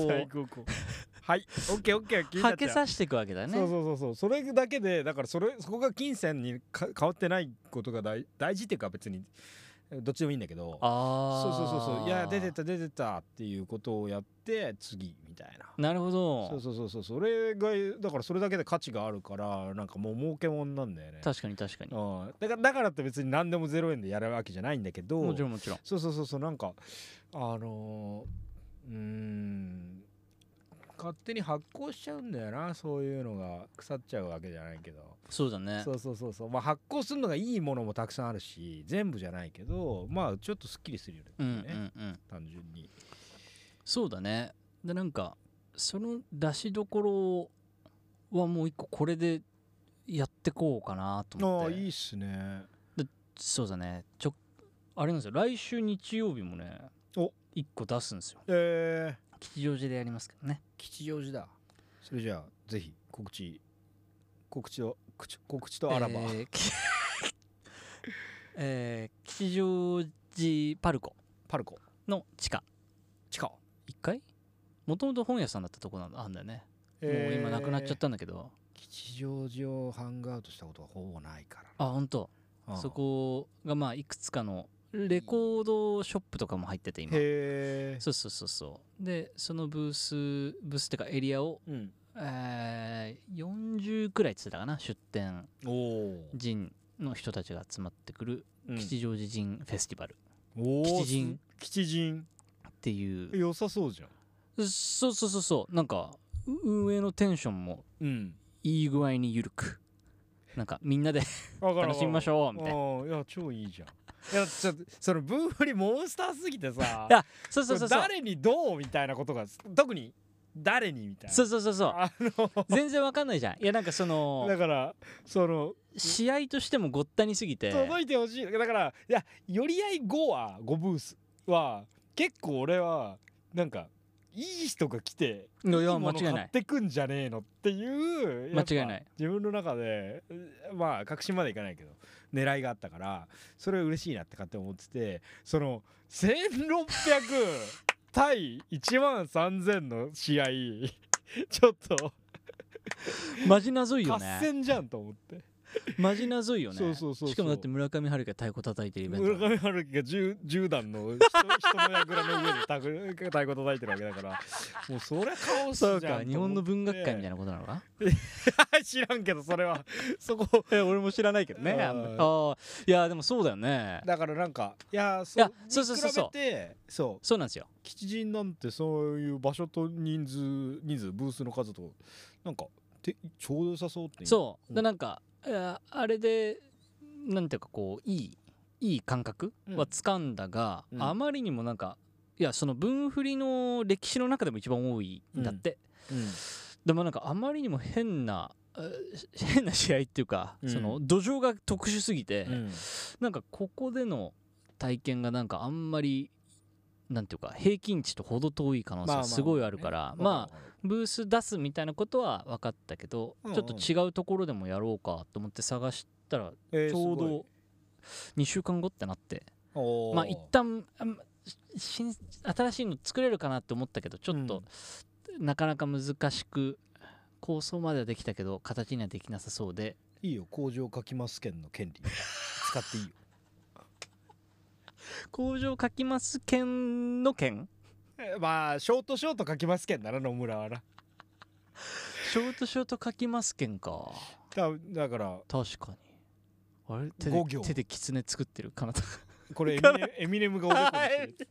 オッケーはけさしていくわけだね。 そうそれだけでだからそこが金銭に変わってないことが大事っていうか別にどっちでもいいんだけど、そういや出てたっていうことをやって次みたいな。 なるほど。 そうそれがだからそれだけで価値があるからなんかもう儲けもんなんだよね。 確かにだからって別に何でも0円でやるわけじゃないんだけど、 もちろんそうなんか勝手に発酵しちゃうんだよな、そういうのが腐っちゃうわけじゃないけど。 そうだね。 そうまあ発酵するのがいいものもたくさんあるし全部じゃないけどまあちょっとすっきりするよね、単純に。 そうだね。でなんかその出しどころはもう一個これでやってこうかなと思って。 いいっすね。 そうだね。あれなんですよ、来週日曜日もね一個出すんですよ。吉祥寺でやりますからね。 吉祥寺だ。それじゃあぜひ告知とあらば、 吉祥寺パルコの地下1階、もともと本屋さんだったとこなんだよね。もう今なくなっちゃったんだけど、 吉祥寺をハングアウトしたことはほぼないから。 本当。そこがまあいくつかのレコードショップとかも入ってて今。そうでそのブースってかエリアを、40くらいっつってたかな、出店人の人たちが集まってくる吉祥寺人フェスティバル。吉人っていう良さそうじゃん。 そうなんか運営のテンションもいい具合に緩くなんかみんなで楽しみましょうみたいな。 いや超いいじゃん。いやちょっとその分振りモンスターすぎてさ、 いやそうそうそうそう、 誰にどうみたいなことが特に誰にみたいな、 そうそうそうそう、全然わかんないじゃん。いやなんかそのだからその試合としてもごったにすぎて届いてほしい。だからいや寄り合い5ブースは結構俺はなんかいい人が来ていいもの買ってくんじゃねえのっていう間違いない、 自分の中でまあ確信までいかないけど狙いがあったから、それは嬉しいなって勝手に思ってて、その1600対13000の試合ちょっとマジ謎いよ合ね。 戦じゃんと思って。 マジ謎いよね。 そうしかもだって村上春樹が太鼓叩いてるイベント、 村上春樹が 10段の人の櫓の上で太鼓叩いてるわけだから、もうそりゃカオスじゃん。 そうか、日本の文学界みたいなことなのか知らんけどそれはそこ俺も知らないけどね。あいやでもそうだよね。 だからなんかいやそうそうなんですよ。 吉陣なんてそういう場所と人数ブースの数となんかちょうど良さそうって。 そうなんかあれでなんていうかこういい感覚は掴んだが、あまりにもなんかいやその分振りの歴史の中でも一番多いんだって、でもなんかあまりにも変な試合っていうか、その土壌が特殊すぎて、なんかここでの体験がなんかあんまりなんていうか平均値と程遠い可能性がすごいあるから、まあブース出すみたいなことは分かったけど、ちょっと違うところでもやろうかと思って探したら、ちょうど2週間後ってなって、まあ一旦新しいの作れるかなって思ったけど、ちょっとなかなか難しく、構想まではできたけど形にはできなさそうで。 いいよ、工場書きます券の権利使っていいよ。 工場書きます券の券、 まあショート書きます券なら野村はな。 ショート書きます券か。 だから確かにあれ手でキツネ作ってるかなと。 これエミネムがおでこにしてる。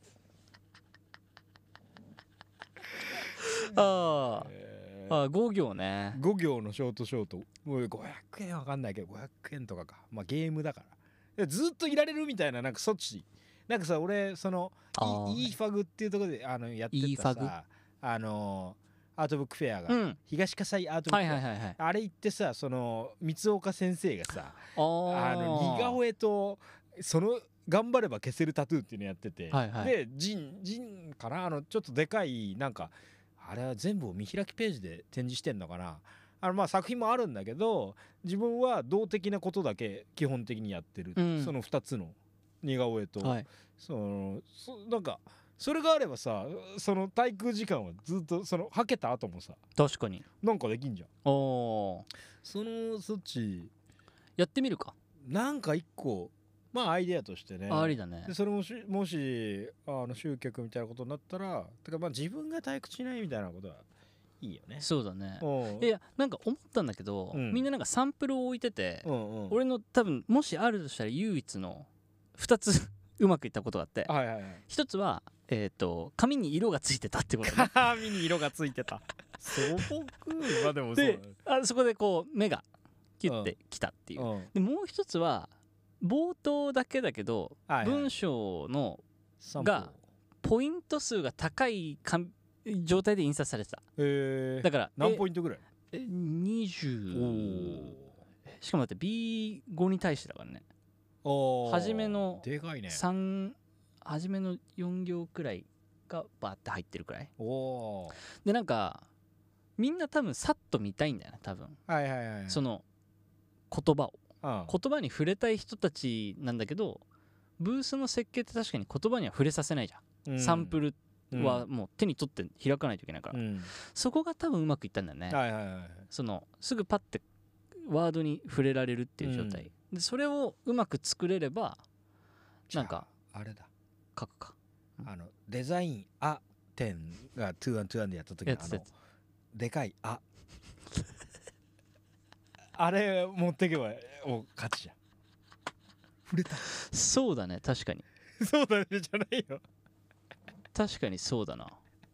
あ5行ね。 5行のショートもう500円わかんないけど500円とかか。まあゲームだからずっといられるみたいな、なんかそっちなんかさ、俺そのイーファグっていうところでやってたさ、アートブックフェアが、東葛西アートブックフェア、あれ行ってさ、その三岡先生がさ似顔絵とその頑張れば消せるタトゥーっていうのやってて、でジンかな、ちょっとでかいなんかあれは全部を見開きページで展示してんのかな。まあ作品もあるんだけど、自分は動的なことだけ基本的にやってる、その2つの似顔絵と、なんかそれがあればさ、その滞空時間はずっとそのはけた後もさ、 確かになんかできんじゃん。そっちやってみるか。 なんか一個まあアイデアとしてね、 ありだね。 でそれももし集客みたいなことになったら、てかまあ自分が退屈しないみたいなことはいいよね。 そうだね。いやなんか思ったんだけど、みんななんかサンプルを置いてて、俺の多分もしあるとしたら唯一の2つうまくいったことがあって、1つは紙に色がついてたってことね。 紙に色がついてた。まあでもそうでそこでこう目がキュッてきたっていう。でもう1つは冒頭だけだけど、文章のがポイント数が高い状態で印刷されてた。だから何ポイントぐらい ？20。しかもだって B5 に対してだからね。初めの3、初めの4行くらいがバーって入ってるくらいで、なんかみんな多分さっと見たいんだよね、多分。その言葉に触れたい人たちなんだけど、ブースの設計って確かに言葉には触れさせないじゃん。サンプルはもう手に取って開かないといけないから、そこが多分うまくいったんだよね。そのすぐパッてワードに触れられるっていう状態で、それをうまく作れればなんかあれだ、 書くか。 デザインあ点が2-1でやった時のでかいあれ持ってけばもう勝ちじゃん。触れた。 そうだね、確かに。 そうだねじゃないよ。 確かにそうだな。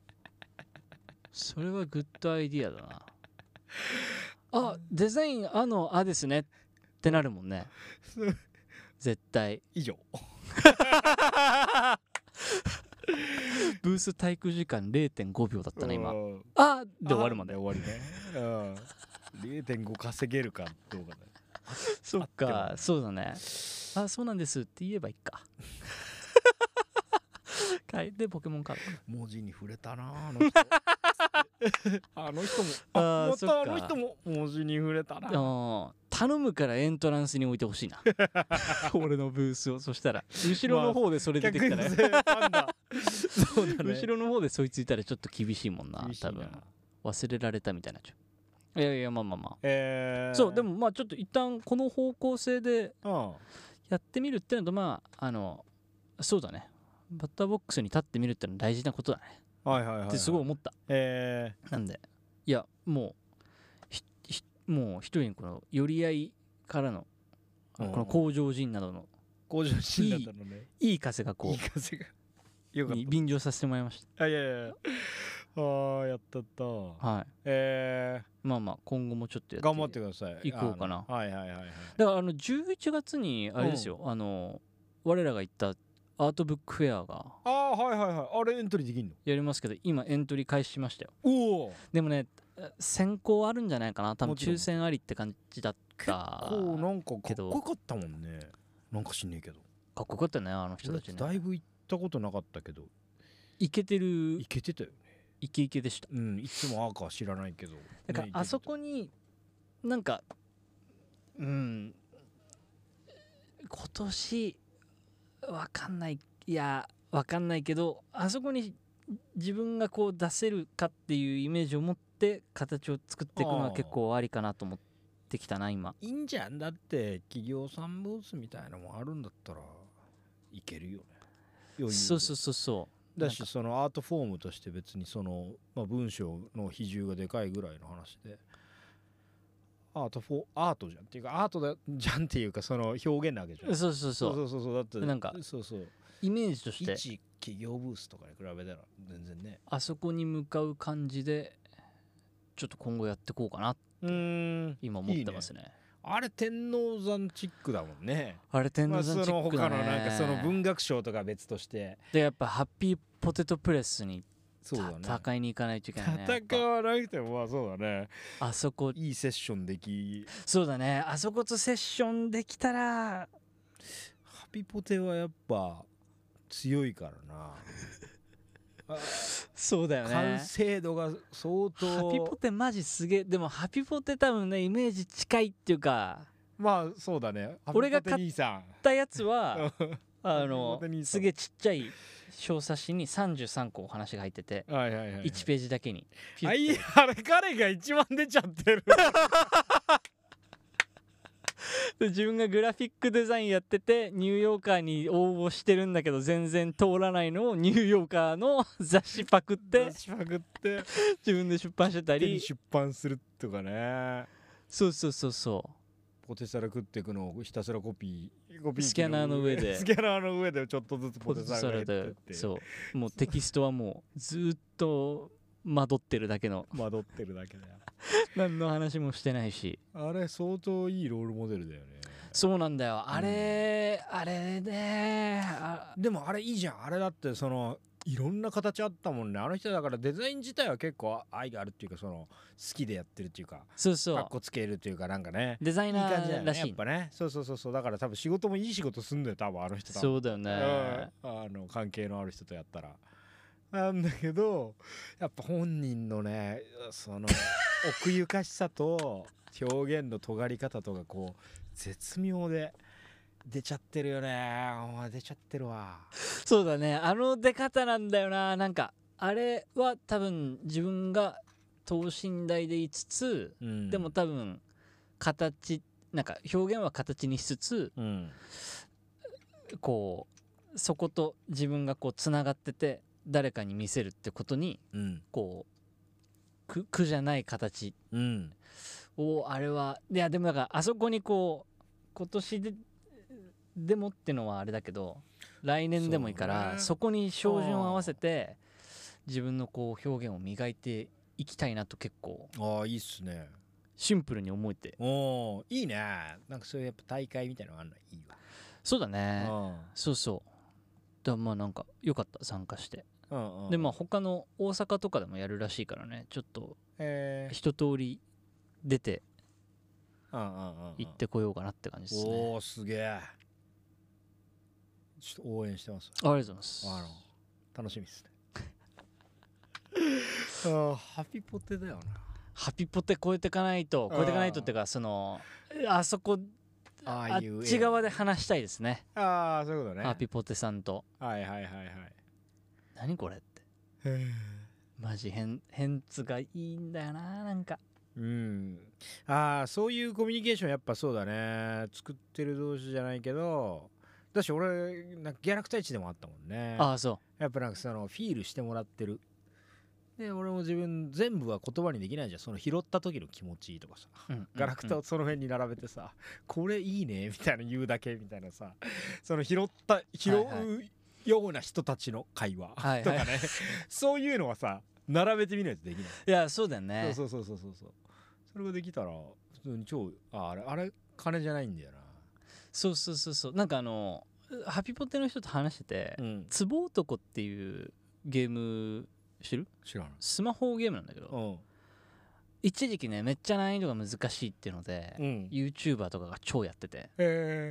それはグッドアイディアだな。デザインですね。 ってなるもんね絶対。 以上ブース滞空時間 0.5 秒だったね今。 うんあで終わるまで。 終わりね。0.5 稼げるかどうかだよ。 そっかそうだね。あそうなんですって言えばいいか。書いてポケモンカード。 文字に触れたなあの人あの人もまたあの人も文字に触れたな。 頼むからエントランスに置いてほしいな俺のブースを。そしたら後ろの方でそれ出てきたら、 そうだね。 後ろの方でそいついたらちょっと厳しいもんな多分。忘れられたみたいな。いやいやまあまあまあ、そうでもまあちょっと一旦この方向性でやってみるってのと、まあそうだね、バッターボックスに立ってみるってのは大事なことだね。 はいはいはい、 ってすごい思った。なんでいやもう一人のこの寄り合いからのこの向上心などの向上心などのねいい風がこういい風がよかった便乗させてもらいました。 いやいややったった。 はい。まあまあ今後もちょっとやって頑張ってください。 行こうかな。 はいはいはいはい。 だから11月にあれですよ、我らが行ったアートブックフェアがはいはいはい、あれエントリーできんの？ やりますけど今エントリー開始しましたよ。 おお。 でもね選考あるんじゃないかな多分。抽選ありって感じだった。 結構なんかかっこよかったもんね。なんか知んねえけどかっこよかったねあの人たちね。 だいぶ行ったことなかったけどイケてる。 イケてたよね。 イケイケでした。 いつも赤は知らないけどだからあそこになんか今年わかんない、いやわかんないけどあそこに自分がこう出せるかっていうイメージを持って形を作っていくのは結構ありかなと思ってきたな今。 いいんじゃん。だって企業さんブースみたいなのもあるんだったらいけるよね。 そうだしそのアートフォームとして別にその、文章の比重がでかいぐらいの話でアートじゃんっていうかアートだじゃんっていうかその表現なわけじゃん。そうだってなんかイメージとして一企業ブースとかに比べたら全然ねあそこに向かう感じでちょっと今後やっていこうかなって今思ってますね。 あれ天王山チックだもんね。 あれ天王山チックだね。 他のなんかその文学賞とか別としてでやっぱハッピーポテトプレスに戦いに行かないといけないね。 戦わなくてもそうだね。 あそこいいセッションできそうだね。あそことセッションできたらハピポテはやっぱ強いからなそうだよね。 完成度が相当。 ハピポテマジすげえ。でもハピポテ多分ねイメージ近いっていうかそうだね。 俺が買ったやつはすげえちっちゃい小冊子に33個お話が入ってて1ページだけにあれ彼が一番出ちゃってるで自分がグラフィックデザインやっててニューヨーカーに応募してるんだけど全然通らないのをニューヨーカーの雑誌パクって自分で出版してたり出版するとかね。 そうポテサラ食っていくのをひたすらコピースキャナーの上でちょっとずつポテサラが入ってって、 そうもうテキストはもうずっと惑ってるだけだよ何の話もしてないし。 あれ相当いいロールモデルだよね。 そうなんだよあれね。 でもあれいいじゃん。あれだってそのいろんな形あったもんね。あの人だからデザイン自体は結構愛があるっていうかその好きでやってるっていうかかっこつけるっていうかなんかねデザイナーらしいやっぱね。そうだから多分仕事もいい仕事すんだよ多分あの人。 そうだよね。 関係のある人とやったらなんだけどやっぱ本人のねその奥ゆかしさと表現の尖り方とかこう絶妙で出ちゃってるよね。出ちゃってるわ。 そうだねあの出方なんだよな。なんかあれは多分自分が等身大でいつつ、でも多分形なんか表現は形にしつつ、こうそこと自分がこうつながってて誰かに見せるってことに、こう苦じゃない形をあれはいやでもだからあそこにこう今年でもってのはあれだけど来年でもいいからそこに照準を合わせて自分のこう表現を磨いていきたいなと結構いいっすね。 シンプルに思えて。 おーいいね。なんかそういうやっぱ大会みたいなのがあるのいいわ。 そうだね。そうそうだ、まあなんかよかった参加して。でまあ他の大阪とかでもやるらしいからね、ちょっと一通り出て行ってこようかなって感じですね。 おおすげえ。ちょっと応援してます。 ありがとうございます。 楽しみですね。ハピポテだよな。 ハピポテ超えてかないとっていうか、そのあそこあっち側で話したいですね。 ああそういうことね。 ハピポテさんと。 はいはいはいはい。 何これって。マジ変ツがいいんだよな、なんか。 ああそういうコミュニケーションやっぱそうだね。作ってる同士じゃないけど、だし俺なんかギャラクター1でもあったもんね。 ああそう。 やっぱなんかそのフィールしてもらってる。で俺も自分全部は言葉にできないじゃん。その拾った時の気持ちとかさ、ガラクタをその辺に並べてさ、これいいねみたいな言うだけみたいなさ、その拾うような人たちの会話とかね、そういうのはさ並べてみないとできない。 いやそうだよね。 そうそれができたら普通に超あれ金じゃないんだよな。 そうなんかハピポテの人と話してて、ツボ男っていうゲーム知る？ 知らない。 スマホゲームなんだけど、一時期ねめっちゃ難易度が難しいっていうので、YouTuber とかが超やってて、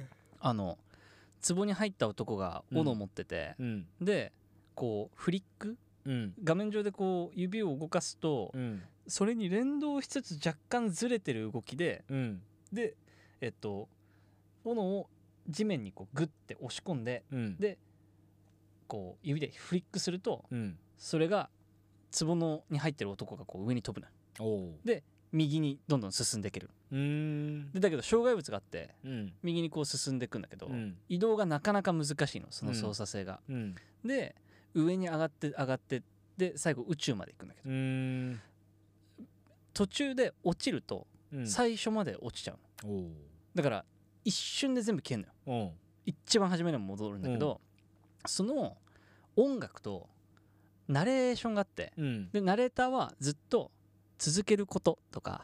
壺に入った男が斧を持ってて、でこうフリック、画面上でこう指を動かすと、それに連動しつつ若干ずれてる動きで、で斧を地面にこうグッて押し込んで、でこう指でフリックすると、それが壺に入ってる男がこう上に飛ぶの。で右にどんどん進んでいける。でだけど障害物があって、右にこう進んでいくんだけど、移動がなかなか難しいの、その操作性が。で上に上がってで最後宇宙まで行くんだけど、途中で落ちると最初まで落ちちゃうの。だから一瞬で全部消えるのよ。一番初めに戻るんだけど、その音楽とナレーションがあって、でナレーターはずっと続けることとか、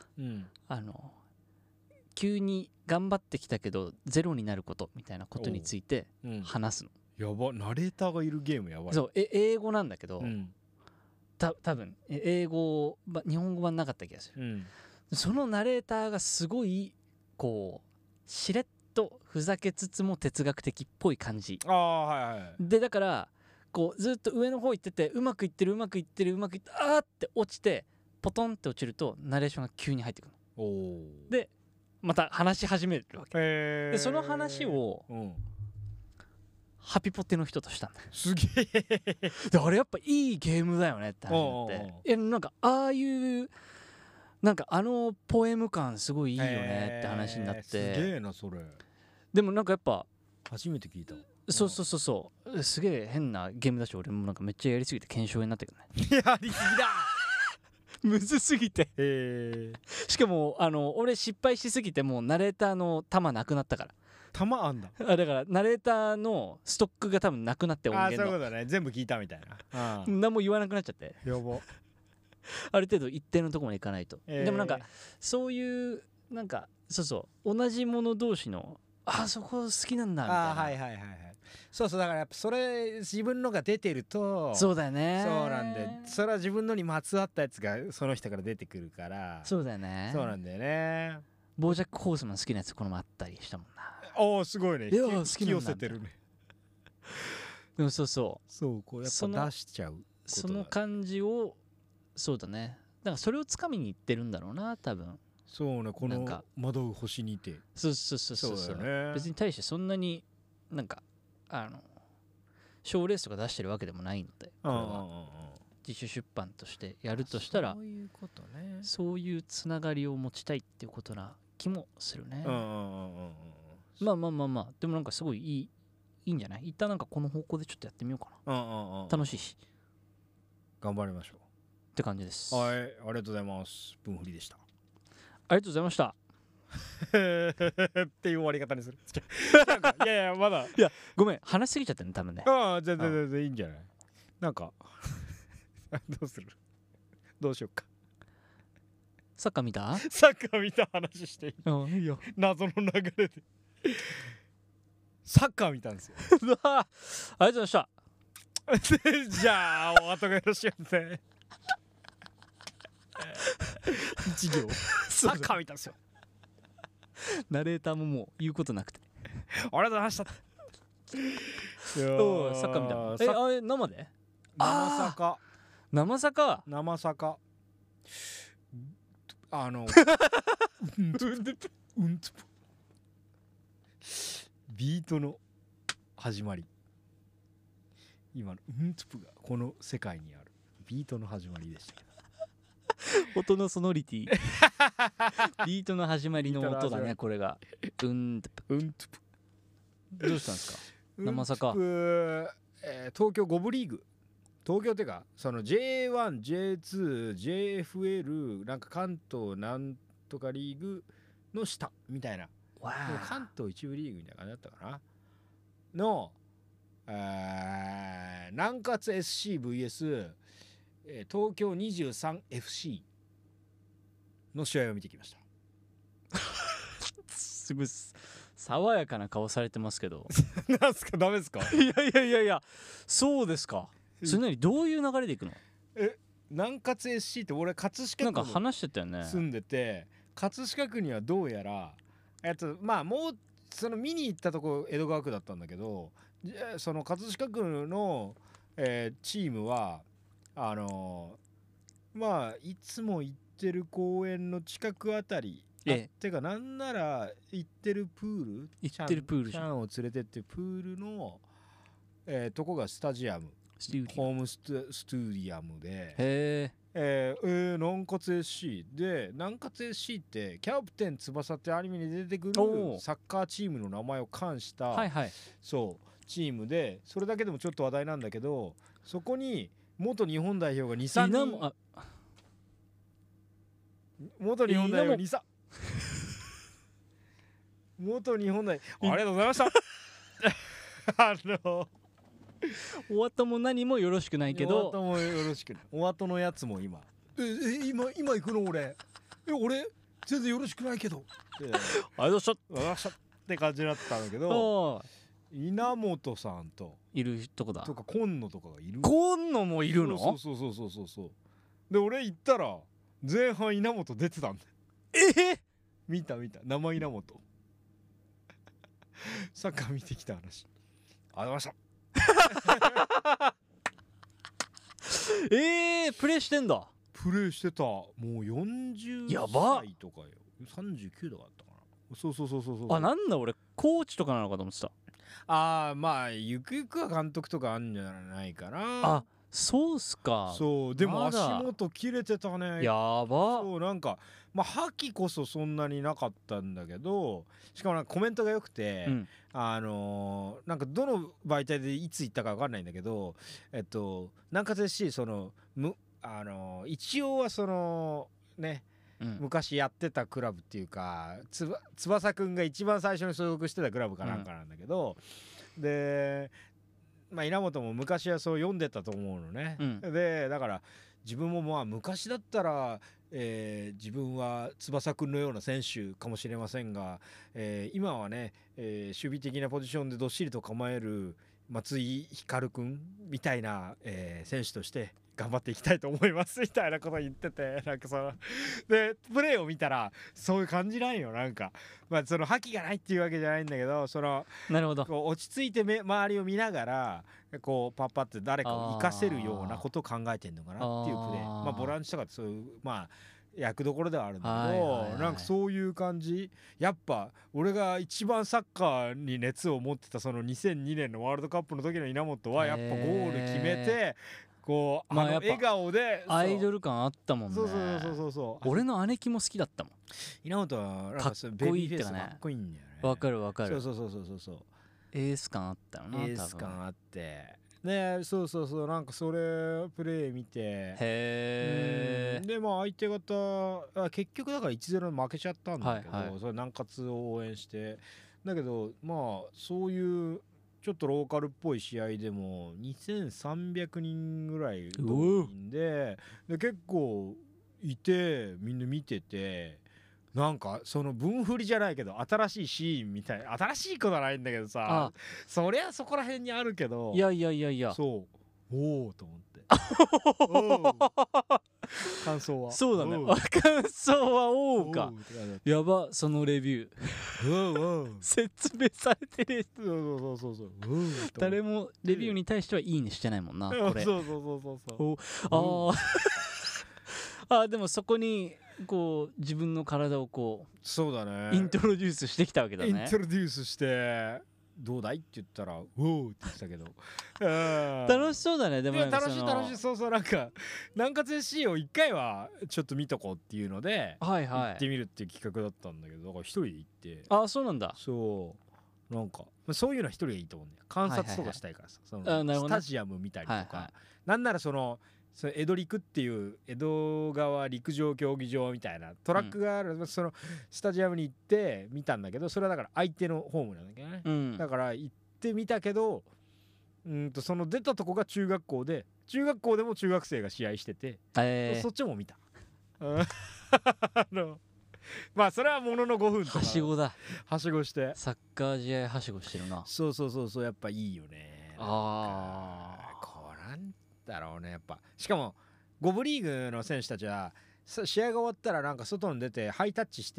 急に頑張ってきたけどゼロになることみたいなことについて話すの。 やば、ナレーターがいるゲームやばい。 そう英語なんだけど、多分英語日本語版なかった気がする。そのナレーターがすごいこうしれっとふざけつつも哲学的っぽい感じで、だからこうずっと上の方行っててうまくいってるあーって落ちてポトンって落ちるとナレーションが急に入ってくるの。でまた話し始めるわけ。でその話をハピポテの人としたんだよ。 すげえ。 であれやっぱいいゲームだよねって話になって、なんかああいうなんかポエム感すごいいいよねって話になって、 すげえなそれ。 でもなんかやっぱ初めて聞いた。 そうすげえ変なゲームだし、俺もなんかめっちゃやりすぎて腱鞘炎になってくるね。 やりすぎだ。 むずすぎて。しかも俺失敗しすぎてもうナレーターの弾なくなったから。 弾あんだ。 だからナレーターのストックが多分なくなって、音源の。 そういうことね。全部聞いたみたいな。 何も言わなくなっちゃって。 やば。 ある程度一定のところまで行かないと。でもなんかそういうなんかそう同じ者同士のそこ好きなんだみたいな。 そうだからやっぱそれ自分のが出てると、 そうだよね。 そうなんで、それは自分のにまつわったやつがその人から出てくるから。 そうだよね。 そうなんだよね。 ボージャック・ホースマン好きなやつこの前あったりしたもんな。 すごいね。 好き寄せてるね。 でもそうこうやっぱ出しちゃう。 その感じを、そうだね。だからそれをつかみにいってるんだろうな多分。 そうね、この惑う星にて。 そうだね。別に対してそんなになんか賞レースとか出してるわけでもないので、これは自主出版としてやるとしたら、 そういうことね。 そういうつながりを持ちたいっていうことな気もするね。まあでもなんかすごいいいんじゃない？一旦なんかこの方向でちょっとやってみようかな。楽しいし。 頑張りましょうって感じです。 はい、ありがとうございます。分振りでした。 ありがとうございました。 っていう終わり方にする。いやまだ。 いやごめん、話しすぎちゃったね多分ね。 全然いいんじゃない。なんかどうする？どうしよっか。 サッカー見た？ サッカー見た話していい？ いいよ。 謎の流れでサッカー見たんですよ。 ありがとうございました。 じゃあお後がよろしいですね。一行サッカー見たんですよ。 ナレーターももう言うことなくて。 ありがとうございました。 おサッカー見た。あれ生で？ 生坂。 生坂。 生坂。ビートの始まり。今のうんつぷがこの世界にあるビートの始まりでしたけど。 音のソノリティ。ビートの始まりの音だねこれが。うんつぷ。 うんつぷ。 どうしたんですか？生坂。 東京5部リーグ。東京っていうかその J1、J2、JFL なんか関東なんとかリーグの下みたいな。関東一部リーグみたいな感じだったかなの、南葛 SCVS 東京 23FC の試合を見てきました。 すぐ爽やかな顔されてますけど。 なんすかダメですか？ いやそうですか。それなりどういう流れでいくの？ 南葛 SC って俺葛飾区なんか話してたよね。 住んでて葛飾区にはどうやらまあもうその見に行ったとこ江戸川区だったんだけどその葛飾区の、チームはまあいつも行ってる公園の近くあたりてかなんなら行ってるプール行ってるプールちゃんを連れてってプールの、とこがスタジアムホームスタジアムで南葛 SC で南葛 SC ってキャプテン翼ってアニメに出てくるサッカーチームの名前を冠した、そうチームでそれだけでもちょっと話題なんだけどそこに元日本代表が 2,3 人元日本代表2,3元日本代表ありがとうございましたお後も何もよろしくないけどお後もよろしくないお後のやつも今今行くの俺全然よろしくないけどありがとうございましたって感じだったんだけど稲本さんといるとこだとか今野とかがいる今野もいるの？ そうで俺行ったら前半稲本出てたんだ。見た生稲本サッカー見てきた話ありがとうございましたプレイしてんだ。 プレイしてた。もう40 やば歳とかよ39とかだったかな。そうなんだ俺コーチとかなのかと思ってた。 まあゆくゆくは監督とかあるんじゃないかな。 そうっすか。 そうでも足元切れてたね。 やば。 そうなんか覇気こそそんなになかったんだけどしかもなんかコメントが良くて、なんかどの媒体でいつ言ったか分かんないんだけど南葛 SC 一応はそのね昔やってたクラブっていうか翼くんが一番最初に所属してたクラブかなんかなんだけど、で稲本も昔はそう読んでたと思うのね、でだから自分も昔だったら、自分は翼くんのような選手かもしれませんが、今はね、守備的なポジションでどっしりと構える松井光くんみたいな、選手として頑張っていきたいと思いますみたいなことを言っててなんかでプレーを見たらそういう感じないよなんかその覇気がないっていうわけじゃないんだけどなるほどこう落ち着いて周りを見ながらこうパッパって誰かを生かせるようなことを考えてんのかなっていうプレーボランチとかってそういう役どころではあるんだけどなんかそういう感じやっぱ俺が一番サッカーに熱を持ってたその2002年のワールドカップの時の稲本はやっぱゴール決めてこう笑顔でアイドル感あったもんね。 そう俺の姉貴も好きだったもん。 稲本はなんかベビーフェイスかっこいいんだよね。 わかるそうエース感あったよな。 エース感あってねそうなんかそれプレー見てで相手方結局だから 1-0 負けちゃったんだけど、それ南葛を応援してだけどそういうちょっとローカルっぽい試合でも2300人ぐらい動員で結構いてみんな見てて、なんかその分振りじゃないけど新しいシーンみたい、新しいことはないんだけどさ、そりゃそこら辺にあるけど、 いやそうおおと思って感想はそうだね、感想はおおか。やば、そのレビュー説明されてる。 そう誰もレビューに対してはいいねしてないもんな、これ。でもそこにこう自分の体をこう、 そうだね、 イントロデュースしてきたわけだね。 イントロデュースしてどうだいって言ったら「ウォー」って言ってたけど楽しそうだね。でも楽しい、そうなんか南葛 SC を1回はちょっと見とこうっていうので行ってみるっていう企画だったんだけど、だから一人で行って、 そうなんだ。 そうなんかそういうのは一人でいいと思うんだよ。観察とかしたいからさ、そのスタジアム見たりとか、なんならその江戸陸っていう江戸川陸上競技場みたいなトラックがある、そのスタジアムに行って見たんだけど、それはだから相手のホームなんだけどね、だから行ってみたけど、その出たとこが中学校で、中学校でも中学生が試合してて、そっちも見たまあそれはものの5分とかはしごだ、 はしごしてサッカー試合はしごしてるな。 そうやっぱいいよね。こうなんだろうね、やっぱしかも5部リーグの選手たちは試合が終わったらなんか外に出てハイタッチして、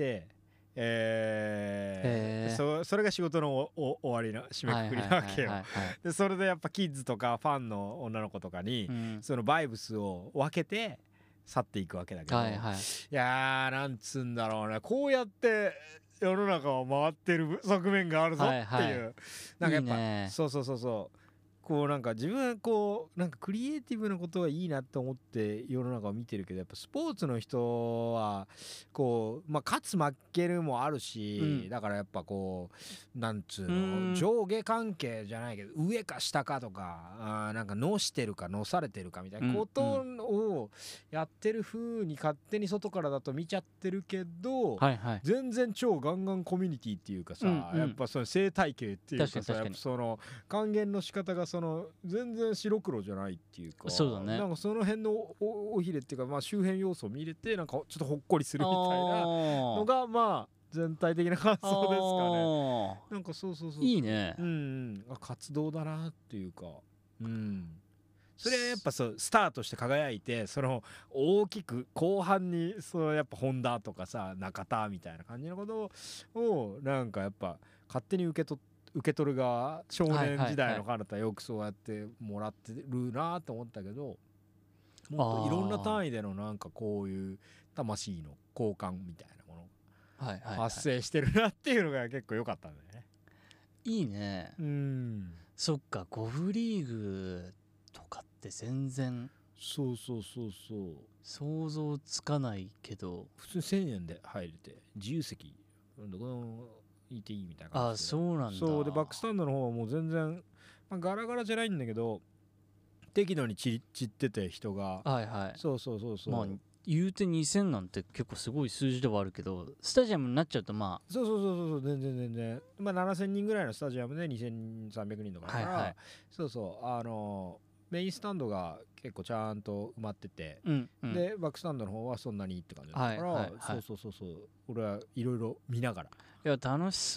それが仕事の終わりの締めくくりなわけよ。でそれでやっぱキッズとかファンの女の子とかに、そのバイブスを分けて去っていくわけだけど、いやーなんつうんだろうね、こうやって世の中を回ってる側面があるぞっていう、なんかやっぱそうこうなんか自分はこうなんかクリエイティブなことはいいなと思って世の中を見てるけど、やっぱスポーツの人はこう勝つ負けるもあるし、だからやっぱこうなんつうの上下関係じゃないけど上か下かとか、なんかのしてるかのされてるかみたいなことをやってる風に勝手に外からだと見ちゃってるけど、全然超ガンガンコミュニティっていうかさ、やっぱその生態系っていうかさ、やっぱその還元の仕方がその全然白黒じゃないっていうか、 そうだね、なんかその辺のおひれっていうか、周辺要素を見れてなんかちょっとほっこりするみたいなのが全体的な感想ですかね。なんかそういいね、 活動だなっていうか、それはやっぱそうスタートして輝いて、その大きく後半にそうやっぱホンダとかさ中田みたいな感じのことをなんかやっぱ勝手に受け取る側、少年時代の彼方よくそうやってもらってるなと思ったけど、もっといろんな単位でのなんかこういう魂の交換みたいなものが発生してるなっていうのが結構良かったんだよね。 いいね。そっか、5部リーグとかって全然そう想像つかないけど、 普通1000円で入れて自由席どこのいていいみたいな感じで。 そうなんだ。 そうでバックスタンドの方はもう全然、ガラガラじゃないんだけど適度に散ってて人が、そう言うて2000なんて結構すごい数字ではあるけど、スタジアムになっちゃうとそう全然7000人ぐらいのスタジアムで2300人とかだから、メインスタンドが結構ちゃんと埋まってて、でバックスタンドの方はそんなにって感じだから、そう俺はいろいろ見ながら、 いや楽し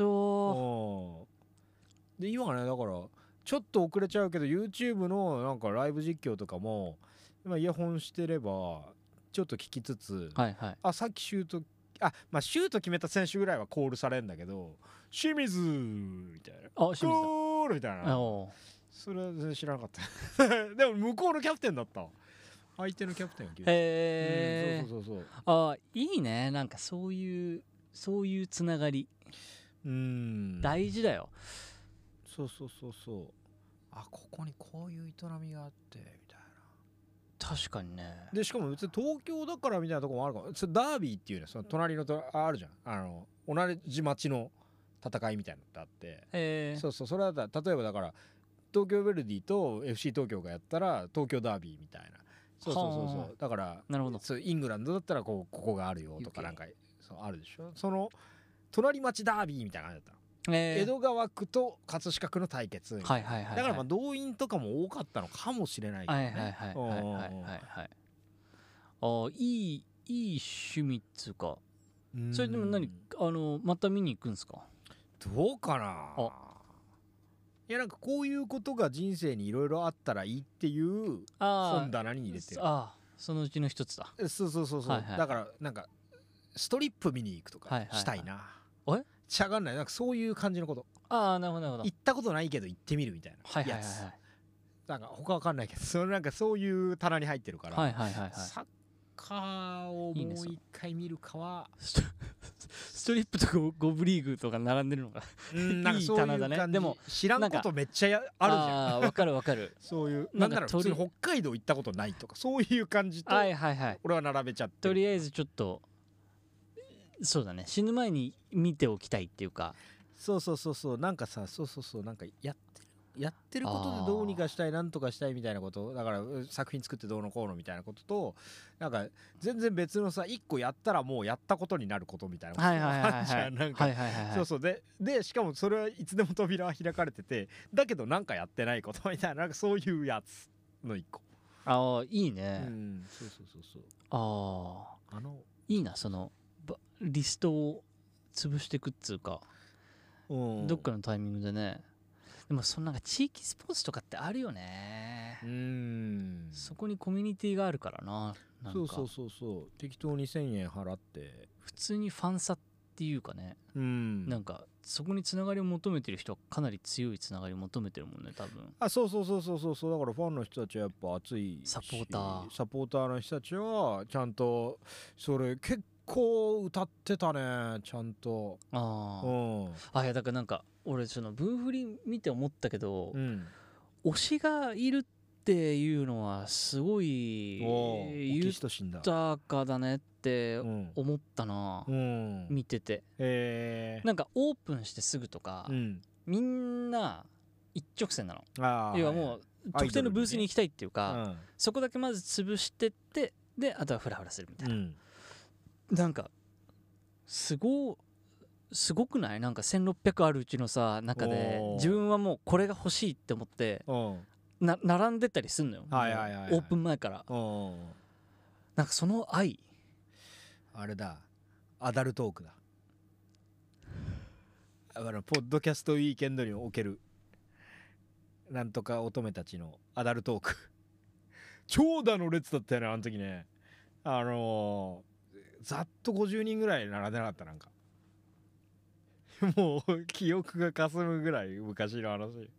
そうで今はね、だからちょっと遅れちゃうけど YouTube のなんかライブ実況とかもイヤホンしてればちょっと聞きつつ、さっきシュートシュート決めた選手ぐらいはコールされるんだけど、清水みたいな、ゴールみたいな、それは全然知らなかったでも向こうのキャプテンだった、相手のキャプテンが決めた。 そういいね、なんかそういうつながり大事だよ。 そうここにこういう営みがあってみたいな。 確かにね。 でしかも別に東京だからみたいなところもあるかも。ダービーっていうね、その隣のあるじゃん、同じ町の戦いみたいなのってあって、それは例えばだから東京ヴェルディと FC 東京がやったら東京ダービーみたいな、だからなるほど、 イングランドだったらここがあるよとかなんかあるでしょ。その隣町ダービーみたいな感じだった。江戸川区と葛飾区の対決みたいな、だから動員とかも多かったのかもしれないけどね。いいい趣味っつうか、それでもまた見に行くんすか？ どうかな。いやなんかこういうことが人生にいろいろあったらいいっていう本棚に入れてる。 そのうちの一つだ。 そう、だからなんかストリップ見に行くとかしたいな。しゃがんない、なんかそういう感じのこと。 なるほどなるほど。 行ったことないけど行ってみるみたいなやつ。なんか他わかんないけど、なんかそういう棚に入ってるから、サッカーをもう一回見るかは。 ストリップとか5部リーグとか並んでるのかな。いい棚だね。でも知らんことめっちゃあるじゃん。 わかるわかる。 そういうなんなら普通に北海道行ったことないとかそういう感じと俺は並べちゃって。 とりあえずちょっとそうだね、死ぬ前に見ておきたいっていうか。 そうなんかさ、なんかやってることでどうにかしたい、なんとかしたいみたいなこと、だから作品作ってどうのこうのみたいなことと、なんか全然別のさ、一個やったらもうやったことになることみたいなことあるじゃん。なんかでしかもそれはいつでも扉は開かれてて、だけどなんかやってないことみたいな、なんかそういうやつの一個。 いいね。いいな、そのリストを潰していくっつうか、どっかのタイミングでね。でもそのなんか地域スポーツとかってあるよね。そこにコミュニティがあるからな。 そう適当に1000円払って普通にファンサっていうかね、なんかそこにつながりを求めてる人はかなり強いつながりを求めてるもんね、多分。 そうだからファンの人たちはやっぱ熱いし、サポーターの人たちはちゃんとそれ結構歌ってたね、ちゃんと。いやだからなんか俺その分振り見て思ったけど、推しがいるっていうのはすごい豊かだねって思ったな、見てて。なんかオープンしてすぐとか、みんな一直線なの。要はもう特定のブースに行きたいっていうか、そこだけまず潰してって、であとはフラフラするみたいな。なんかすごくない？なんか1600あるうちのさ中で自分はもうこれが欲しいって思って並んでたりすんのよ、オープン前から。なんかその愛、あれだ、アダルトークだ。ポッドキャストウィーケンドにおけるなんとか乙女たちのアダルトーク長蛇の列だったよね、あの時ね。ざっと50人ぐらい並んでなかった？なんかもう記憶がかすむぐらい昔の話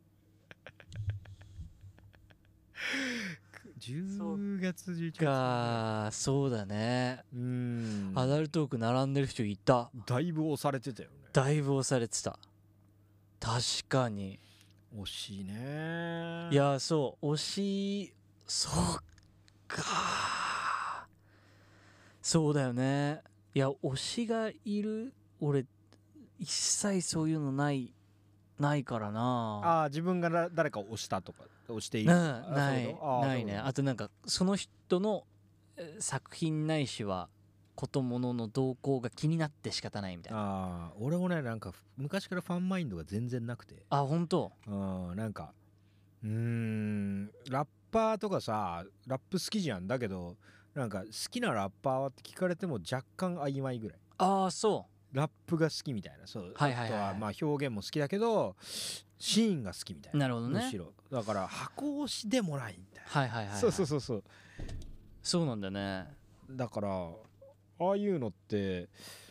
10月11月か。そうだね。アダルトーク並んでる人いた。だいぶ押されてたよね。だいぶ押されてた。確かに推しね。いやそう推し、そうか、そうだよね。いや推しがいる俺一切そういうのないからな。自分が誰かを推したとか推しているないね。あとなんかその人の作品ないしはことものの動向が気になって仕方ないみたいな。俺もねなんか昔からファンマインドが全然なくて。本当。なんかラッパーとかさ、ラップ好きじゃん。だけどなんか好きなラッパーはって聞かれても若干曖昧ぐらい。そうラップが好きみたいな。そう、あとはまあ表現も好きだけどシーンが好きみたいな。なるほどね。むしろだから箱推しでもないみたいな。そうなんだね。だからああいうのって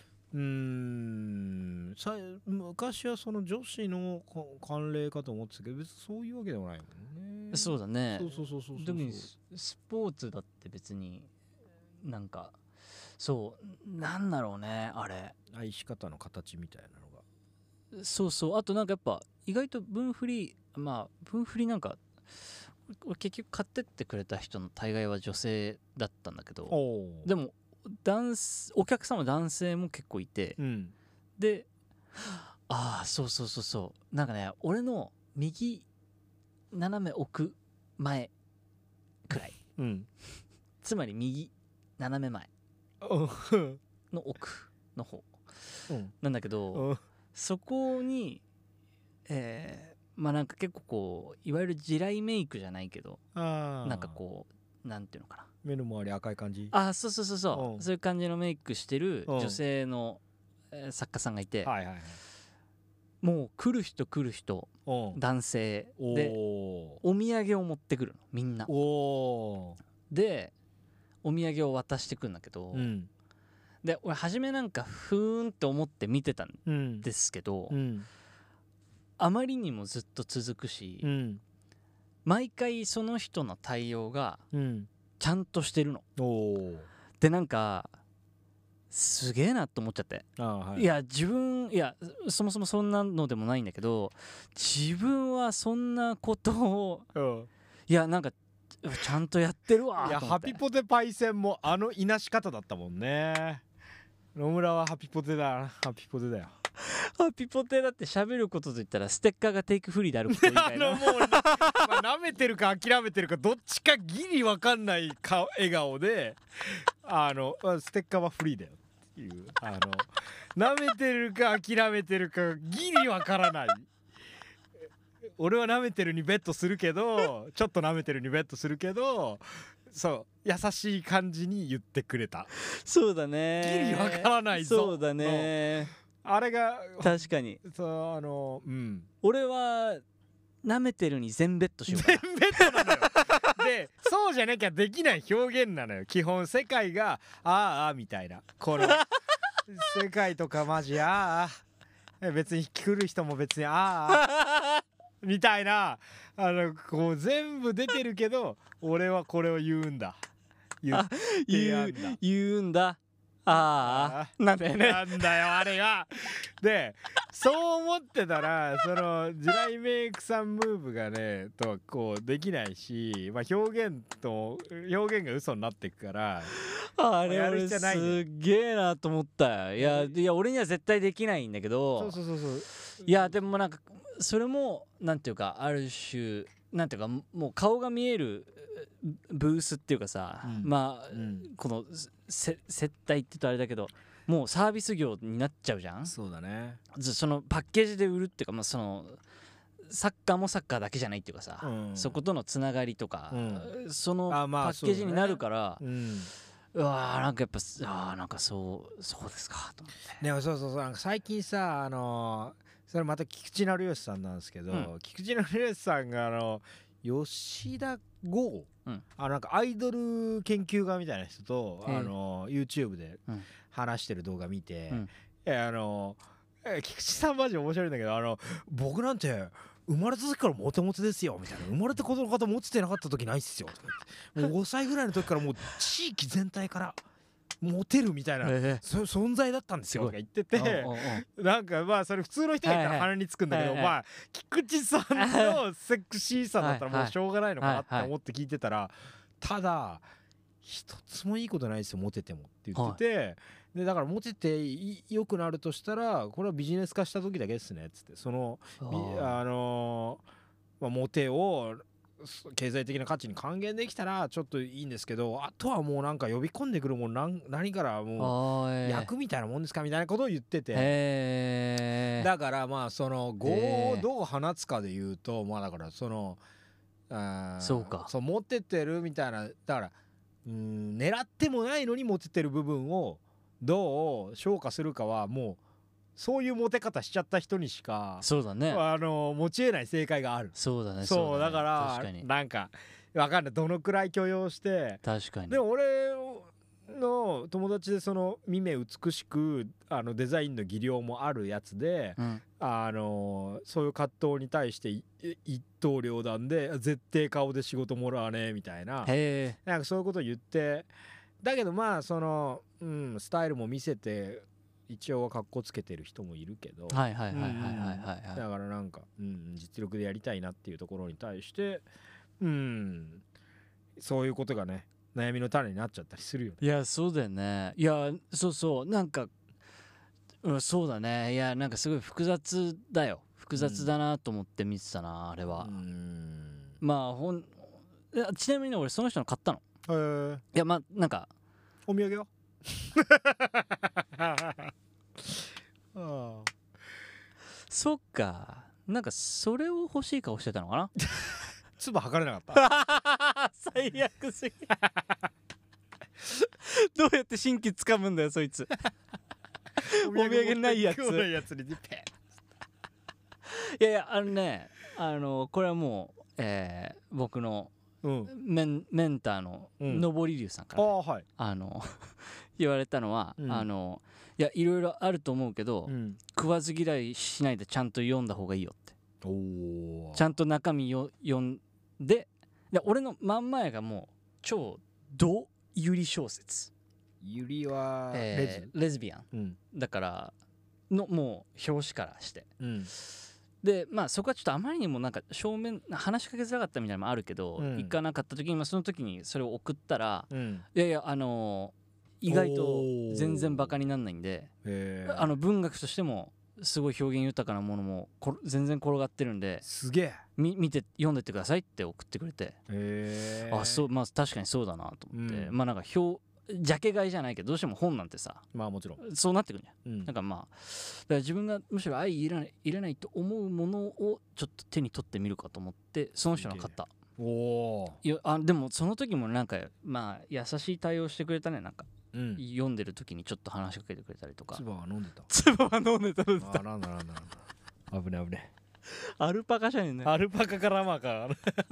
昔はその女子の慣例かと思ってたけど、別にそういうわけでもないもんね。そうだね。そうでもスポーツだって別になんかそうなんだろうね、あれ愛し方の形みたいなのが。あとなんかやっぱ意外と分振りなんか結局買ってってくれた人の大概は女性だったんだけど、でもお客様男性も結構いて、でそうなんかね、俺の右斜め奥前くらい、つまり右斜め前の奥の方なんだけど、そこにまあなんか結構こういわゆる地雷メイクじゃないけど、なんかこうなんていうのかな、 目の周り赤い感じ。 あ、そうそうそうそう、そういう感じのメイクしてる女性の作家さんがいて、 はいはいはい、 もう来る人男性でお土産を持ってくるのみんな。でお土産を渡してくるんだけど、で俺初めなんかふーんって思って見てたんですけど、あまりにもずっと続くし、毎回その人の対応がちゃんとしてるの。でなんかすげえなと思っちゃって、いや自分、いやそもそもそんなのでもないんだけど、自分はそんなことをいやなんかちゃんとやってるわ。 いやハピポテパイセンもいなし方だったもんね。野村はハピポテだよ。 ハピポテだって喋ることと言ったらステッカーがテイクフリーであること以外のもう舐めてるか諦めてるかどっちかギリ分かんない笑顔でステッカーはフリーだよっていう、舐めてるか諦めてるかギリ分からない。俺は舐めてるにベットするけどちょっと舐めてるにベットするけど、そう優しい感じに言ってくれた。 そうだね、 ギリわからないぞ。 そうだね、 あれが確かに。 そう俺は舐めてるに全ベットしようかな。 全ベットなのよ。でそうじゃなきゃできない表現なのよ基本。世界がああみたいな、この世界とかマジああ、別に来る人も別にああみたいな、こう全部出てるけど俺はこれを言うんだ、言うんだ、ああなんだよね。 なんだよあれが。でそう思ってたらその地雷メイクさんムーブがねとこうできないし、表現が嘘になっていくから、 あれ俺すげえなと思ったよ。いや俺には絶対できないんだけど、そういやでもなんかそれもなんていうかある種なんていうかもう顔が見えるブースっていうかさ、この接待って言うとあれだけどもうサービス業になっちゃうじゃん。 そうだね。 そのパッケージで売るっていうか、そのサッカーもサッカーだけじゃないっていうかさ、そことのつながりとか、そのパッケージになるから、うわなんかやっぱなんかそうですかと思って。 でもそうなんか最近さそれまた菊池成吉さんなんですけど、菊池成吉さんが吉田剛、なんかアイドル研究家みたいな人とYouTube で話してる動画見て、菊池さんマジ面白いんだけど僕なんて生まれた時からモテモテですよみたいな、生まれたことの方モテてなかった時ないっすよとか言って、もう5歳ぐらいの時からもう地域全体からモテるみたいな、存在だったんですよとか言ってて、なんかそれ普通の人が言ったら鼻につくんだけど、菊池さんのセクシーさだったらもうしょうがないのかなって思って聞いてたら、ただ一つもいいことないですよモテてもって言ってて、でだからモテて良くなるとしたらこれはビジネス化した時だけですねっつって、そのモテを経済的な価値に還元できたらちょっといいんですけど、あとはもうなんか呼び込んでくるもん何からもう役みたいなもんですかみたいなことを言ってて、だからその業をどう放つかで言うと、だからそうモテてるみたいな、だから狙ってもないのにモテてる部分をどう消化するかはもうそういうモテ方しちゃった人にしかそうだね持ち得ない正解がある。 そうだね。 そうだからなんかわかんないどのくらい許容して。 確かに。 でも俺の友達でその見目美しくデザインの技量もあるやつで、そういう葛藤に対して一刀両断で絶対顔で仕事もらわねえみたいな、なんかそういうことを言って、だけどスタイルも見せて一応カッコつけてる人もいるけど、だからなんか、実力でやりたいなっていうところに対してそういうことがね悩みの種になっちゃったりするよね。 いやそうだよね。いやそうなんか、そうだね。いやなんかすごい複雑だなと思って見てたなあれは。ちなみに俺その人の買ったの。いやなんかお土産はそっか、なんかそれを欲しい顔してたのかな粒測れなかった最悪すぎどうやって新規掴むんだよそいつお土産ないやつ今日のやつにペいやいやこれはもう、僕のメンターの上り龍さんから、 はい、 言われたのは、いやいろいろあると思うけど、食わず嫌いしないでちゃんと読んだ方がいいよって。ちゃんと中身を読んで俺の真ん前がもう超ドユリ小説。 ユリはレズビアン、だからのもう表紙からして、でまあそこはちょっとあまりにもなんか正面話しかけづらかったみたいなのもあるけど、行かなかった時に、その時にそれを送ったら、いやいや意外と全然バカになんないんで、文学としてもすごい表現豊かなものも全然転がってるんで、 すげえ見て読んでってくださいって送ってくれて、あそうまあ確かにそうだなと思って、まあなんかジャケ買いじゃないけどどうしても本なんてさ、 まあもちろんそうなってくるじゃん、なんかまあだから自分がむしろ相入れないと思うものをちょっと手に取ってみるかと思ってその人の買った。でもその時もなんかまあ優しい対応してくれたね。なんか読んでる時にちょっと話しかけてくれたりとか。 唾は飲んでた。 唾は飲んでた。 なんだ危ね危ね。 アルパカじゃねえんだよ。 アルパカからまあか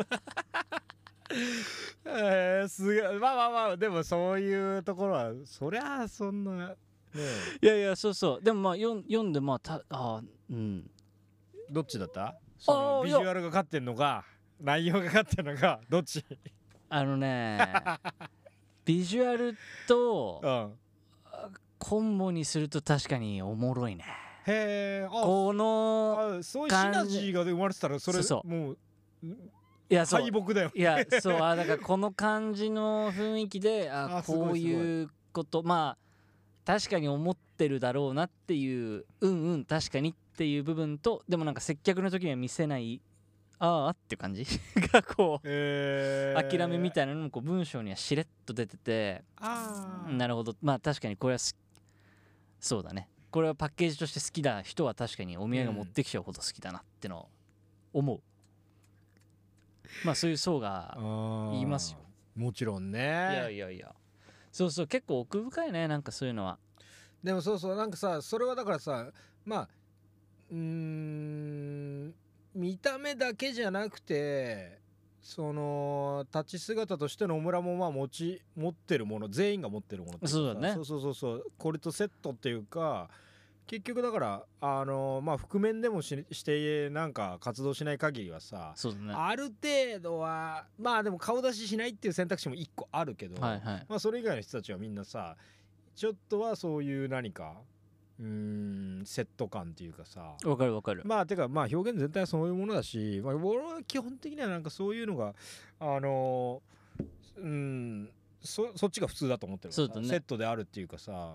すげえ。まあでもそういうところはそりゃそんなね。 いやいやそうでもまあ読んでまあどっちだった？そのビジュアルが勝ってんのか内容が勝ってんのかどっち？ ビジュアルとコンボにすると確かにおもろいね。 へえ。 このそういうシナジーが生まれてたらそれもう敗北だよ。 いやそうだからこの感じの雰囲気でこういうことまあ確かに思ってるだろうなっていう確かにっていう部分と、でもなんか接客の時には見せないって感じがこう、諦めみたいなのもこう文章にはしれっと出てて、なるほど、まあ確かにこれはそうだね、これはパッケージとして好きな人は確かにお土産持ってきちゃうほど好きだなってのを思う。まあそういう層が言いますよ。 もちろんね。 いやそう結構奥深いね、なんかそういうのは。 でもそうなんかさ、それはだからさ、まあ見た目だけじゃなくてその立ち姿としてのオムラもまあ持ってるもの、全員が持ってるものっていうか、 そうだね。 そうこれとセットっていうか、結局だからまあ覆面でもしてなんか活動しない限りはさ、 そうだね、 ある程度はまあでも顔出ししないっていう選択肢も一個あるけど、まあそれ以外の人たちはみんなさちょっとはそういう何かセット感っていうかさ、 わかる。 まあてかまあ表現全体はそういうものだし、まあ、俺は基本的にはなんかそういうのがそっちが普通だと思ってるからさ、ね、セットであるっていうかさ、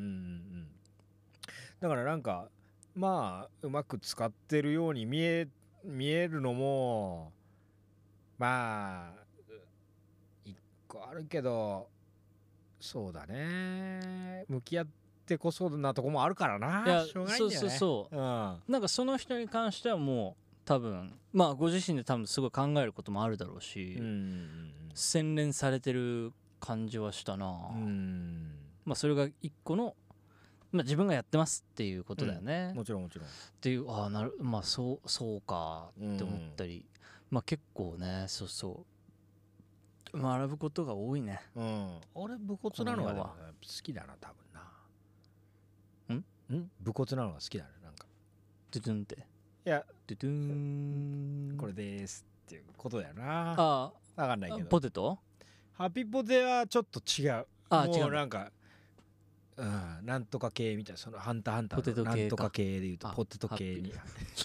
だからなんかまあうまく使ってるように見えるのもまあ一個あるけど、そうだね、向き合ってこそなとこもあるからな。 いやしょうがないんだよね。 そう、なんかその人に関してはもう多分まあご自身で多分すごい考えることもあるだろうし、洗練されてる感じはしたな。まあそれが一個のまあ自分がやってますっていうことだよね。 もちろんっていうまあそうかって思ったり、まあ結構ねそう学ぶことが多いね。 俺武骨なのが好きだな多分な。武骨なのが好きだね。なんかドゥドゥンって、 いやドゥドゥンこれですっていうことだよな。分かんないけどポテトハピポテはちょっと違う。 違うなんかなんとか系みたいな、そのハンターハンターのなんとか系でいうとポテト系にね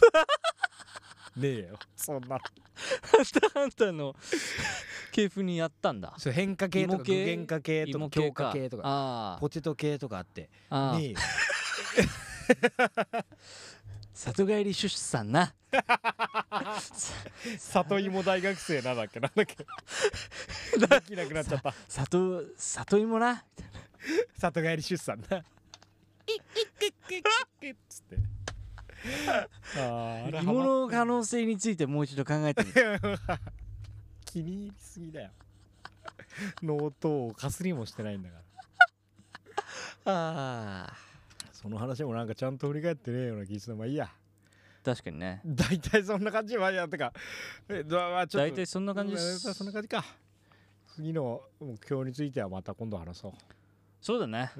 えよそんなハンターハンターの系譜にやったんだ。 そう変化系とか具現化系とか強化系とかポテト系とかあってねえよ里帰り出産な里芋大学生なんだっけできなくなっちゃった。 里芋な里帰り出産なつって芋の可能性についてもう一度考えてみる気に入りすぎだよ。ノートをかすりもしてないんだから。 ああ、 その話もなんかちゃんと振り返ってねえような気する。まあいいや。 確かにね。 大体そんな感じ。まあいや、てかまあちょっと大体そんな感じです。 そんな感じか。次の目標についてはまた今度話そう。 そうだね。 うん。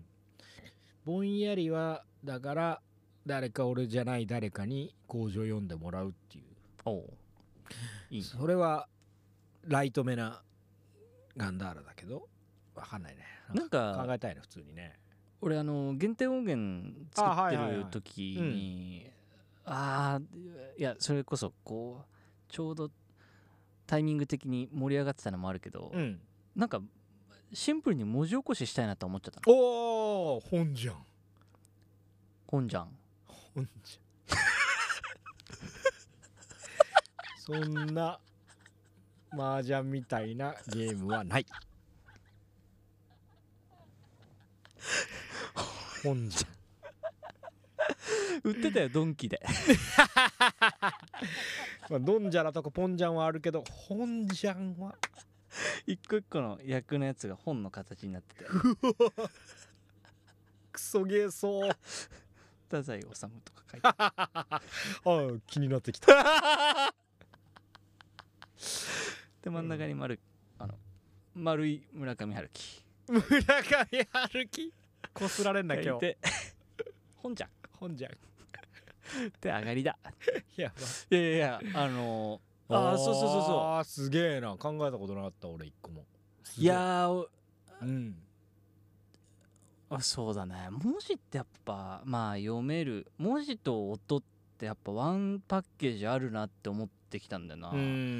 ぼんやりはだから誰か俺じゃない誰かに口上読んでもらうっていう。 おう、いいね。 それはライトめなガンダーラだけどわかんないね。 なんか考えたいね普通にね。 俺限定音源作ってる時にいやそれこそこうちょうどタイミング的に盛り上がってたのもあるけど、なんかシンプルに文字起こししたいなと思っちゃったの。 おお、本じゃん。 本じゃん。 本じゃん。そんな麻雀みたいなゲームはない。本じゃん。 売ってたよドンキで。 まあ、ドンジャラとかポンジャンはあるけど本ジャンは一個一個の役のやつが本の形になっててクソゲーそう。 太宰治とか書いてあ気になってきた。 で真ん中に丸い村上春樹こすられんな今日。 書いて本じゃん本じゃんで上がりだ。 やいやそうそうすげえな。考えたことなかった俺一個も。 いやそうだね。文字ってやっぱまあ読める文字と音ってやっぱワンパッケージあるなって思ってきたんだよな。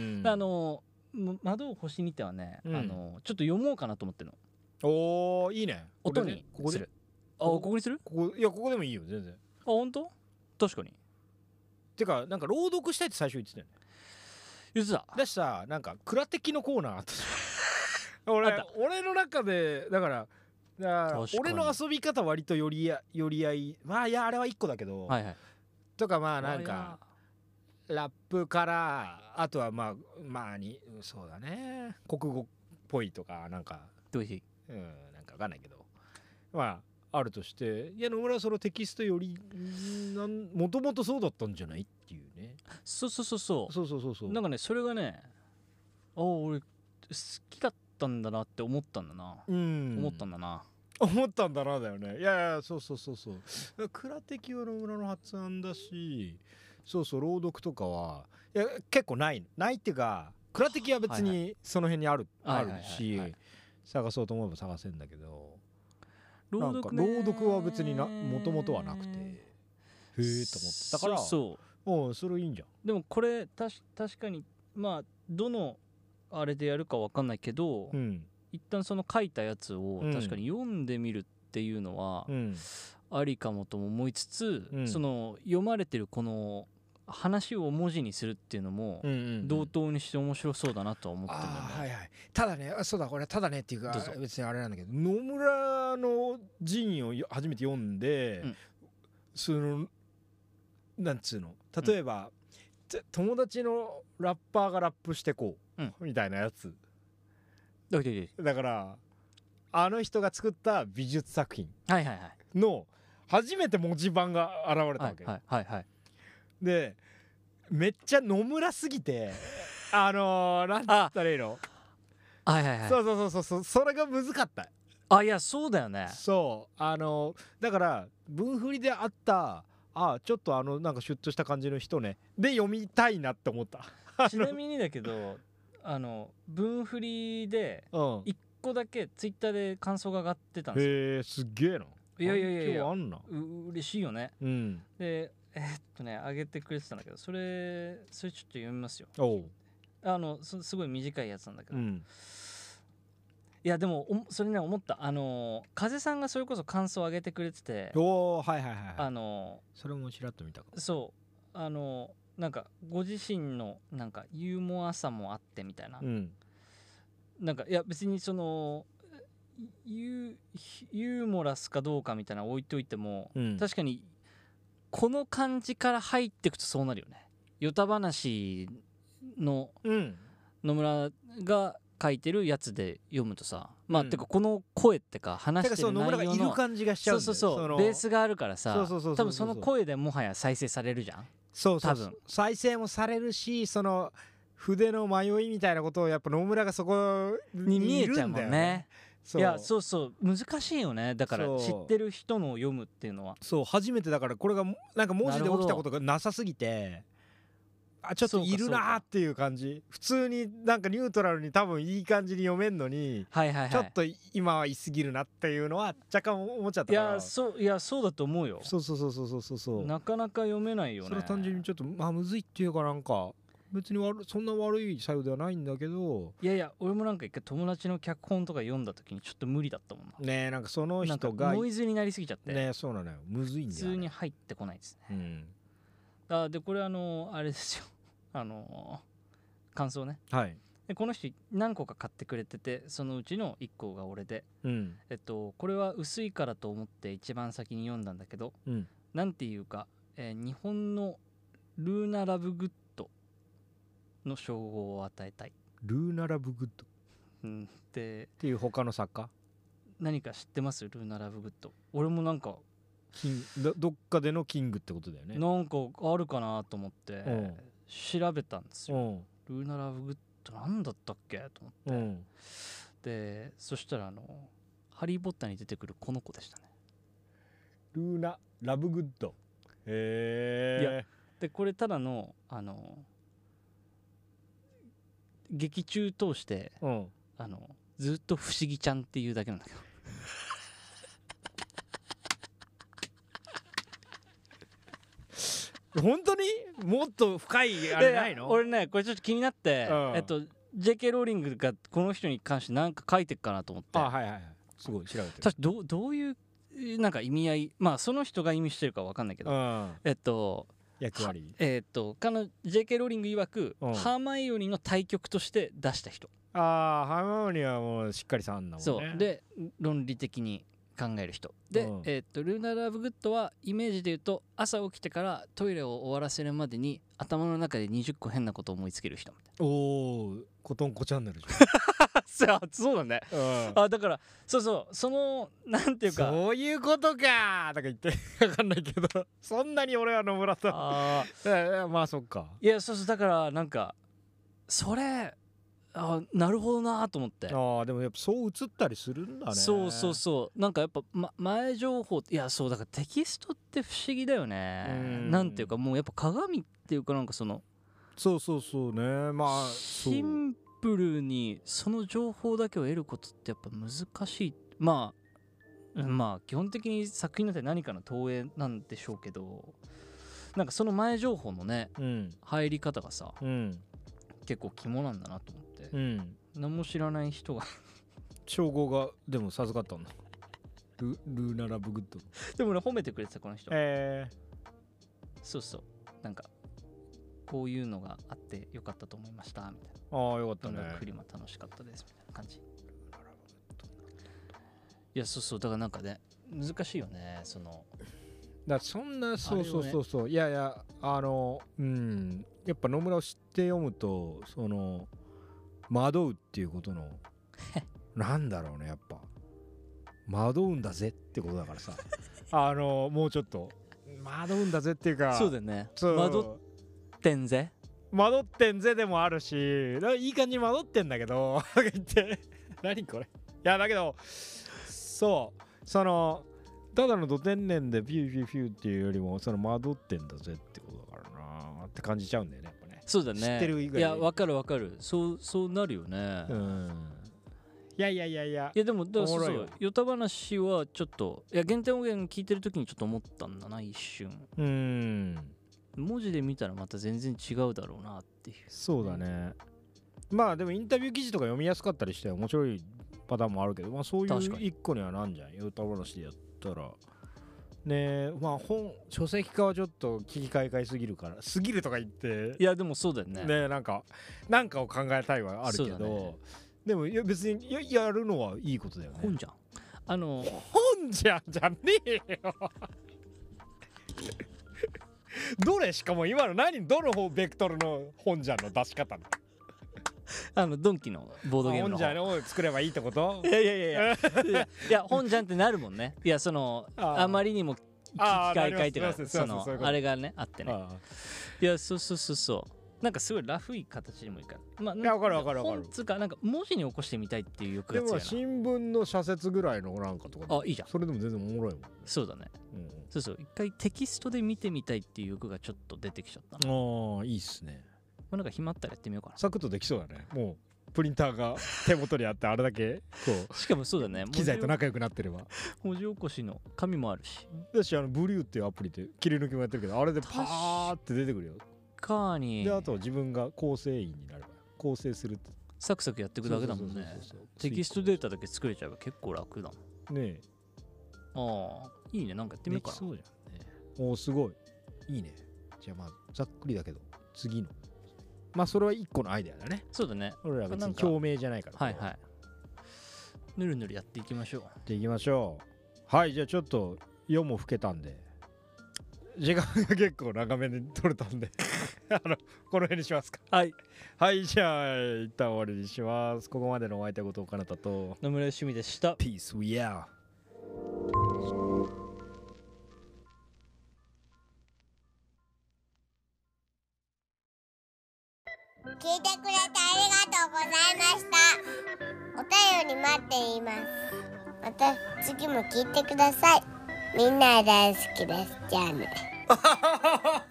窓を星にてはね、ちょっと読もうかなと思ってるの。 おーいいね。 音にする。ここにする？ いやここでもいいよ全然。 本当？確かに。 てかなんか朗読したいって最初言ってたよね。 言ってた。 だしさなんか蔵的のコーナーあったじゃん。俺の中でだから俺の遊び方割と寄り合いまあいやあれは1個だけど、とかまあなんかラップからあとはまあそうだね国語っぽいとかなんかどういうなんかわかんないけどまああるとして、いや野村はそのテキストよりもともとそうだったんじゃないっていうね。 そうなんかねそれがね俺好きだったんだなって思ったんだな。思ったんだなだよね。いやそう蔵的は野村の発案だし、朗読とかはいや結構ないっていうか蔵的は別にその辺にあるし探そうと思えば探せるんだけど。朗読は別にもともとはなくてへえと思ってだからそれいいんじゃん。 でもこれ確かにまあどのあれでやるかわかんないけど、一旦その書いたやつを確かに読んでみるっていうのはありかもとも思いつつ、その読まれてるこの話を文字にするっていうのも同等にして面白そうだなとは思ってるんだよね。 ただねこれただねっていうか別にあれなんだけど野村の陣を初めて読んで、そのなんつうの例えば、友達のラッパーがラップしてこう、みたいなやつだからあの人が作った美術作品の初めて文字盤が現れたわけ。でめっちゃ野村すぎてなんつったらいいの。そうそれが難かった。 いやそうだよね。 だから文振りであったちょっとなんかシュッとした感じの人ねで読みたいなって思った。 ちなみにだけど文振りで1個だけツイッターで感想が上がってたんですよ。 へえすっげえな。 いやあんな嬉しいよね。で上げてくれてたんだけどそれちょっと読みますよ。すごい短いやつなんだけど、いやでもそれね思った風さんがそれこそ感想を上げてくれててそれもちらっと見たかも。 なんかご自身のなんかユーモアさもあってみたいな、なんかいや別にそのユーモラスかどうかみたいなの置いといても、確かにこの感じから入っていくとそうなるよね。ヨタ話の野村が書いてるやつで読むとさ、まあ、てかこの声ってか話してる内容の野村がいる感じがしちゃうんだよ。 そうベースがあるからさ、多分その声でもはや再生されるじゃん。 そう多分再生もされるし、その筆の迷いみたいなことをやっぱ野村がそこに見えちゃうもんね。いやそう難しいよね。だから知ってる人のを読むっていうのはそう初めてだから、これがなんか文字で起きたことがなさすぎて、ちょっといるなーっていう感じ。普通になんかニュートラルに多分いい感じに読めんのに、ちょっと今は言い過ぎるなっていうのは若干思っちゃったから。 いやそうだと思うよ。 そうなかなか読めないよね。 それは単純にちょっとむずいっていうか、なんか別にそんな悪い作用ではないんだけど、 いや俺もなんか一回友達の脚本とか読んだ時にちょっと無理だったもんな。 ねえ、なんかその人がノイズになりすぎちゃってね。そうなのよ、むずいんだよ、ね、 普通に入ってこないですね。でこれあれですよ感想ね。 はい。 でこの人何個か買ってくれてて、そのうちの1個が俺で、これは薄いからと思って一番先に読んだんだけど、なんていうか、日本のルーナラブグッドの称号を与えたい。 ルーナラブグッド、っていう他の作家何か知ってます？ルーナラブグッド。俺もなんかどっかでのキングってことだよね。 なんかあるかなと思って調べたんですよ。ルーナラブグッドなんだったっけと思って、でそしたらハリー・ポッターに出てくるこの子でしたね。 ルーナラブグッド。 いやでこれただの劇中通して、ずっと不思議ちゃんっていうだけなんだけど本当にもっと深いあれないの？ 俺ねこれちょっと気になって、JK ローリングがこの人に関して何か書いてっかなと思って、 すごい調べてる。 確かどういうなんか意味合い、まあその人が意味してるか分かんないけど、 役割 JK ローリング曰く、ハーマイオニーの対局として出した人。 ハーマイオニーはもうしっかりさんだもんね。 そうで論理的に考える人で、ルーナラブグッドはイメージで言うと、朝起きてからトイレを終わらせるまでに頭の中で20個変なことを思いつける人みたいな。 おー、コトンコチャンネルじゃんそうだね、だからそのなんていうか、 そういうことかとか言って分かんないけど、そんなに俺は野村さんまあそっか。 いやそうだからなんかそれなるほどなと思って。 でもやっぱそう映ったりするんだね。 そうなんかやっぱ、前情報、いやそうだからテキストって不思議だよね。なんていうかもうやっぱ鏡っていうか、なんかそうね、まあシンプルにその情報だけを得ることってやっぱ難しい。まあ基本的に作品なんて何かの投影なんでしょうけど、なんかその前情報のね、入り方がさ、結構肝なんだなと思って、何も知らない人が称号がでも授かったんだ。ルーナラブグッドでもね、褒めてくれてたこの人。そうなんかこういうのがあってよかったと思いましたみたいな。 よかったね。 フリマ楽しかったですみたいな感じ。いやだからなんかね難しいよね。 だそんなそういやいややっぱ野村を知って読むと惑うっていうことのなんだろうね、やっぱ惑うんだぜってことだからさもうちょっと惑うんだぜっていうか、 そうだよね、惑ってんぜでもあるし、いい感じに惑ってんだけど言って何これ。いやだけどただのド天然でピューピューピューっていうよりも惑ってんだぜってことだからなって感じちゃうんだよね、やっぱね。 そうだね、 知ってる以外。 いやわかるそうなるよね。いやでもそうヨタ話はちょっと、いや原点音源聞いてる時にちょっと思ったんだな、一瞬。文字で見たらまた全然違うだろうなっていう。 そうだね。まあでもインタビュー記事とか読みやすかったりして面白いパターンもあるけど、まあそういう一個にはなんじゃん、ヨタ話でやったらね。まあ書籍化はちょっと聞き換えすぎるとか言って、いやでもそうだよね。 なんかを考えたいはあるけど、でも別にやるのはいいことだよね。 本じゃん。 本じゃんじゃねえよどれ、しかも今のどのベクトルの本じゃんの出し方ドンキのボードゲームの本じゃんを作ればいいってこと？ いや本じゃんってなるもんね。いやあまりにも機械化っていうかあれがねあってね。いやそうなんかすごいラフい形にもいいから。まあ、 わかる。 本つかなんか文字に起こしてみたいっていう欲が強いな。 でも新聞の社説ぐらいのなんかとか。 いいじゃん。 それでも全然おもろいもん。 そうだね。そう一回テキストで見てみたいっていう欲がちょっと出てきちゃったな。 いいっすね。 なんか暇あったらやってみようかな。 サクッとできそうだね。もうプリンターが手元にあってあれだけこう。 しかもそうだね。 機材と仲良くなってれば。 文字起こしの紙もあるし。 だしブリューっていうアプリで切り抜きもやってるけど、あれでパーって出てくるよ。であと自分が構成員になれば構成するってサクサクやっていくだけだもんね。テキストデータだけ作れちゃえば結構楽だもんね。いいね。なんかやってみようかな。 そうじゃんね。すごいいいね。じゃあまあざっくりだけど次のまあそれは一個のアイデアだね。 そうだね。 俺ら別に共鳴じゃないから。 はいはい。ぬるぬるやっていきましょう。 じゃあいきましょう。はい、じゃあちょっと夜も更けたんで時間が結構長めに取れたんでこの辺にしますか。はいじゃあ一旦終わりにします。ここまでのお相手ことかなたと野村趣味でした。 Peace we are。 聞いてくれてありがとうございました。お便り待っています。また次も聞いてください。みんな大好きです。じゃあね。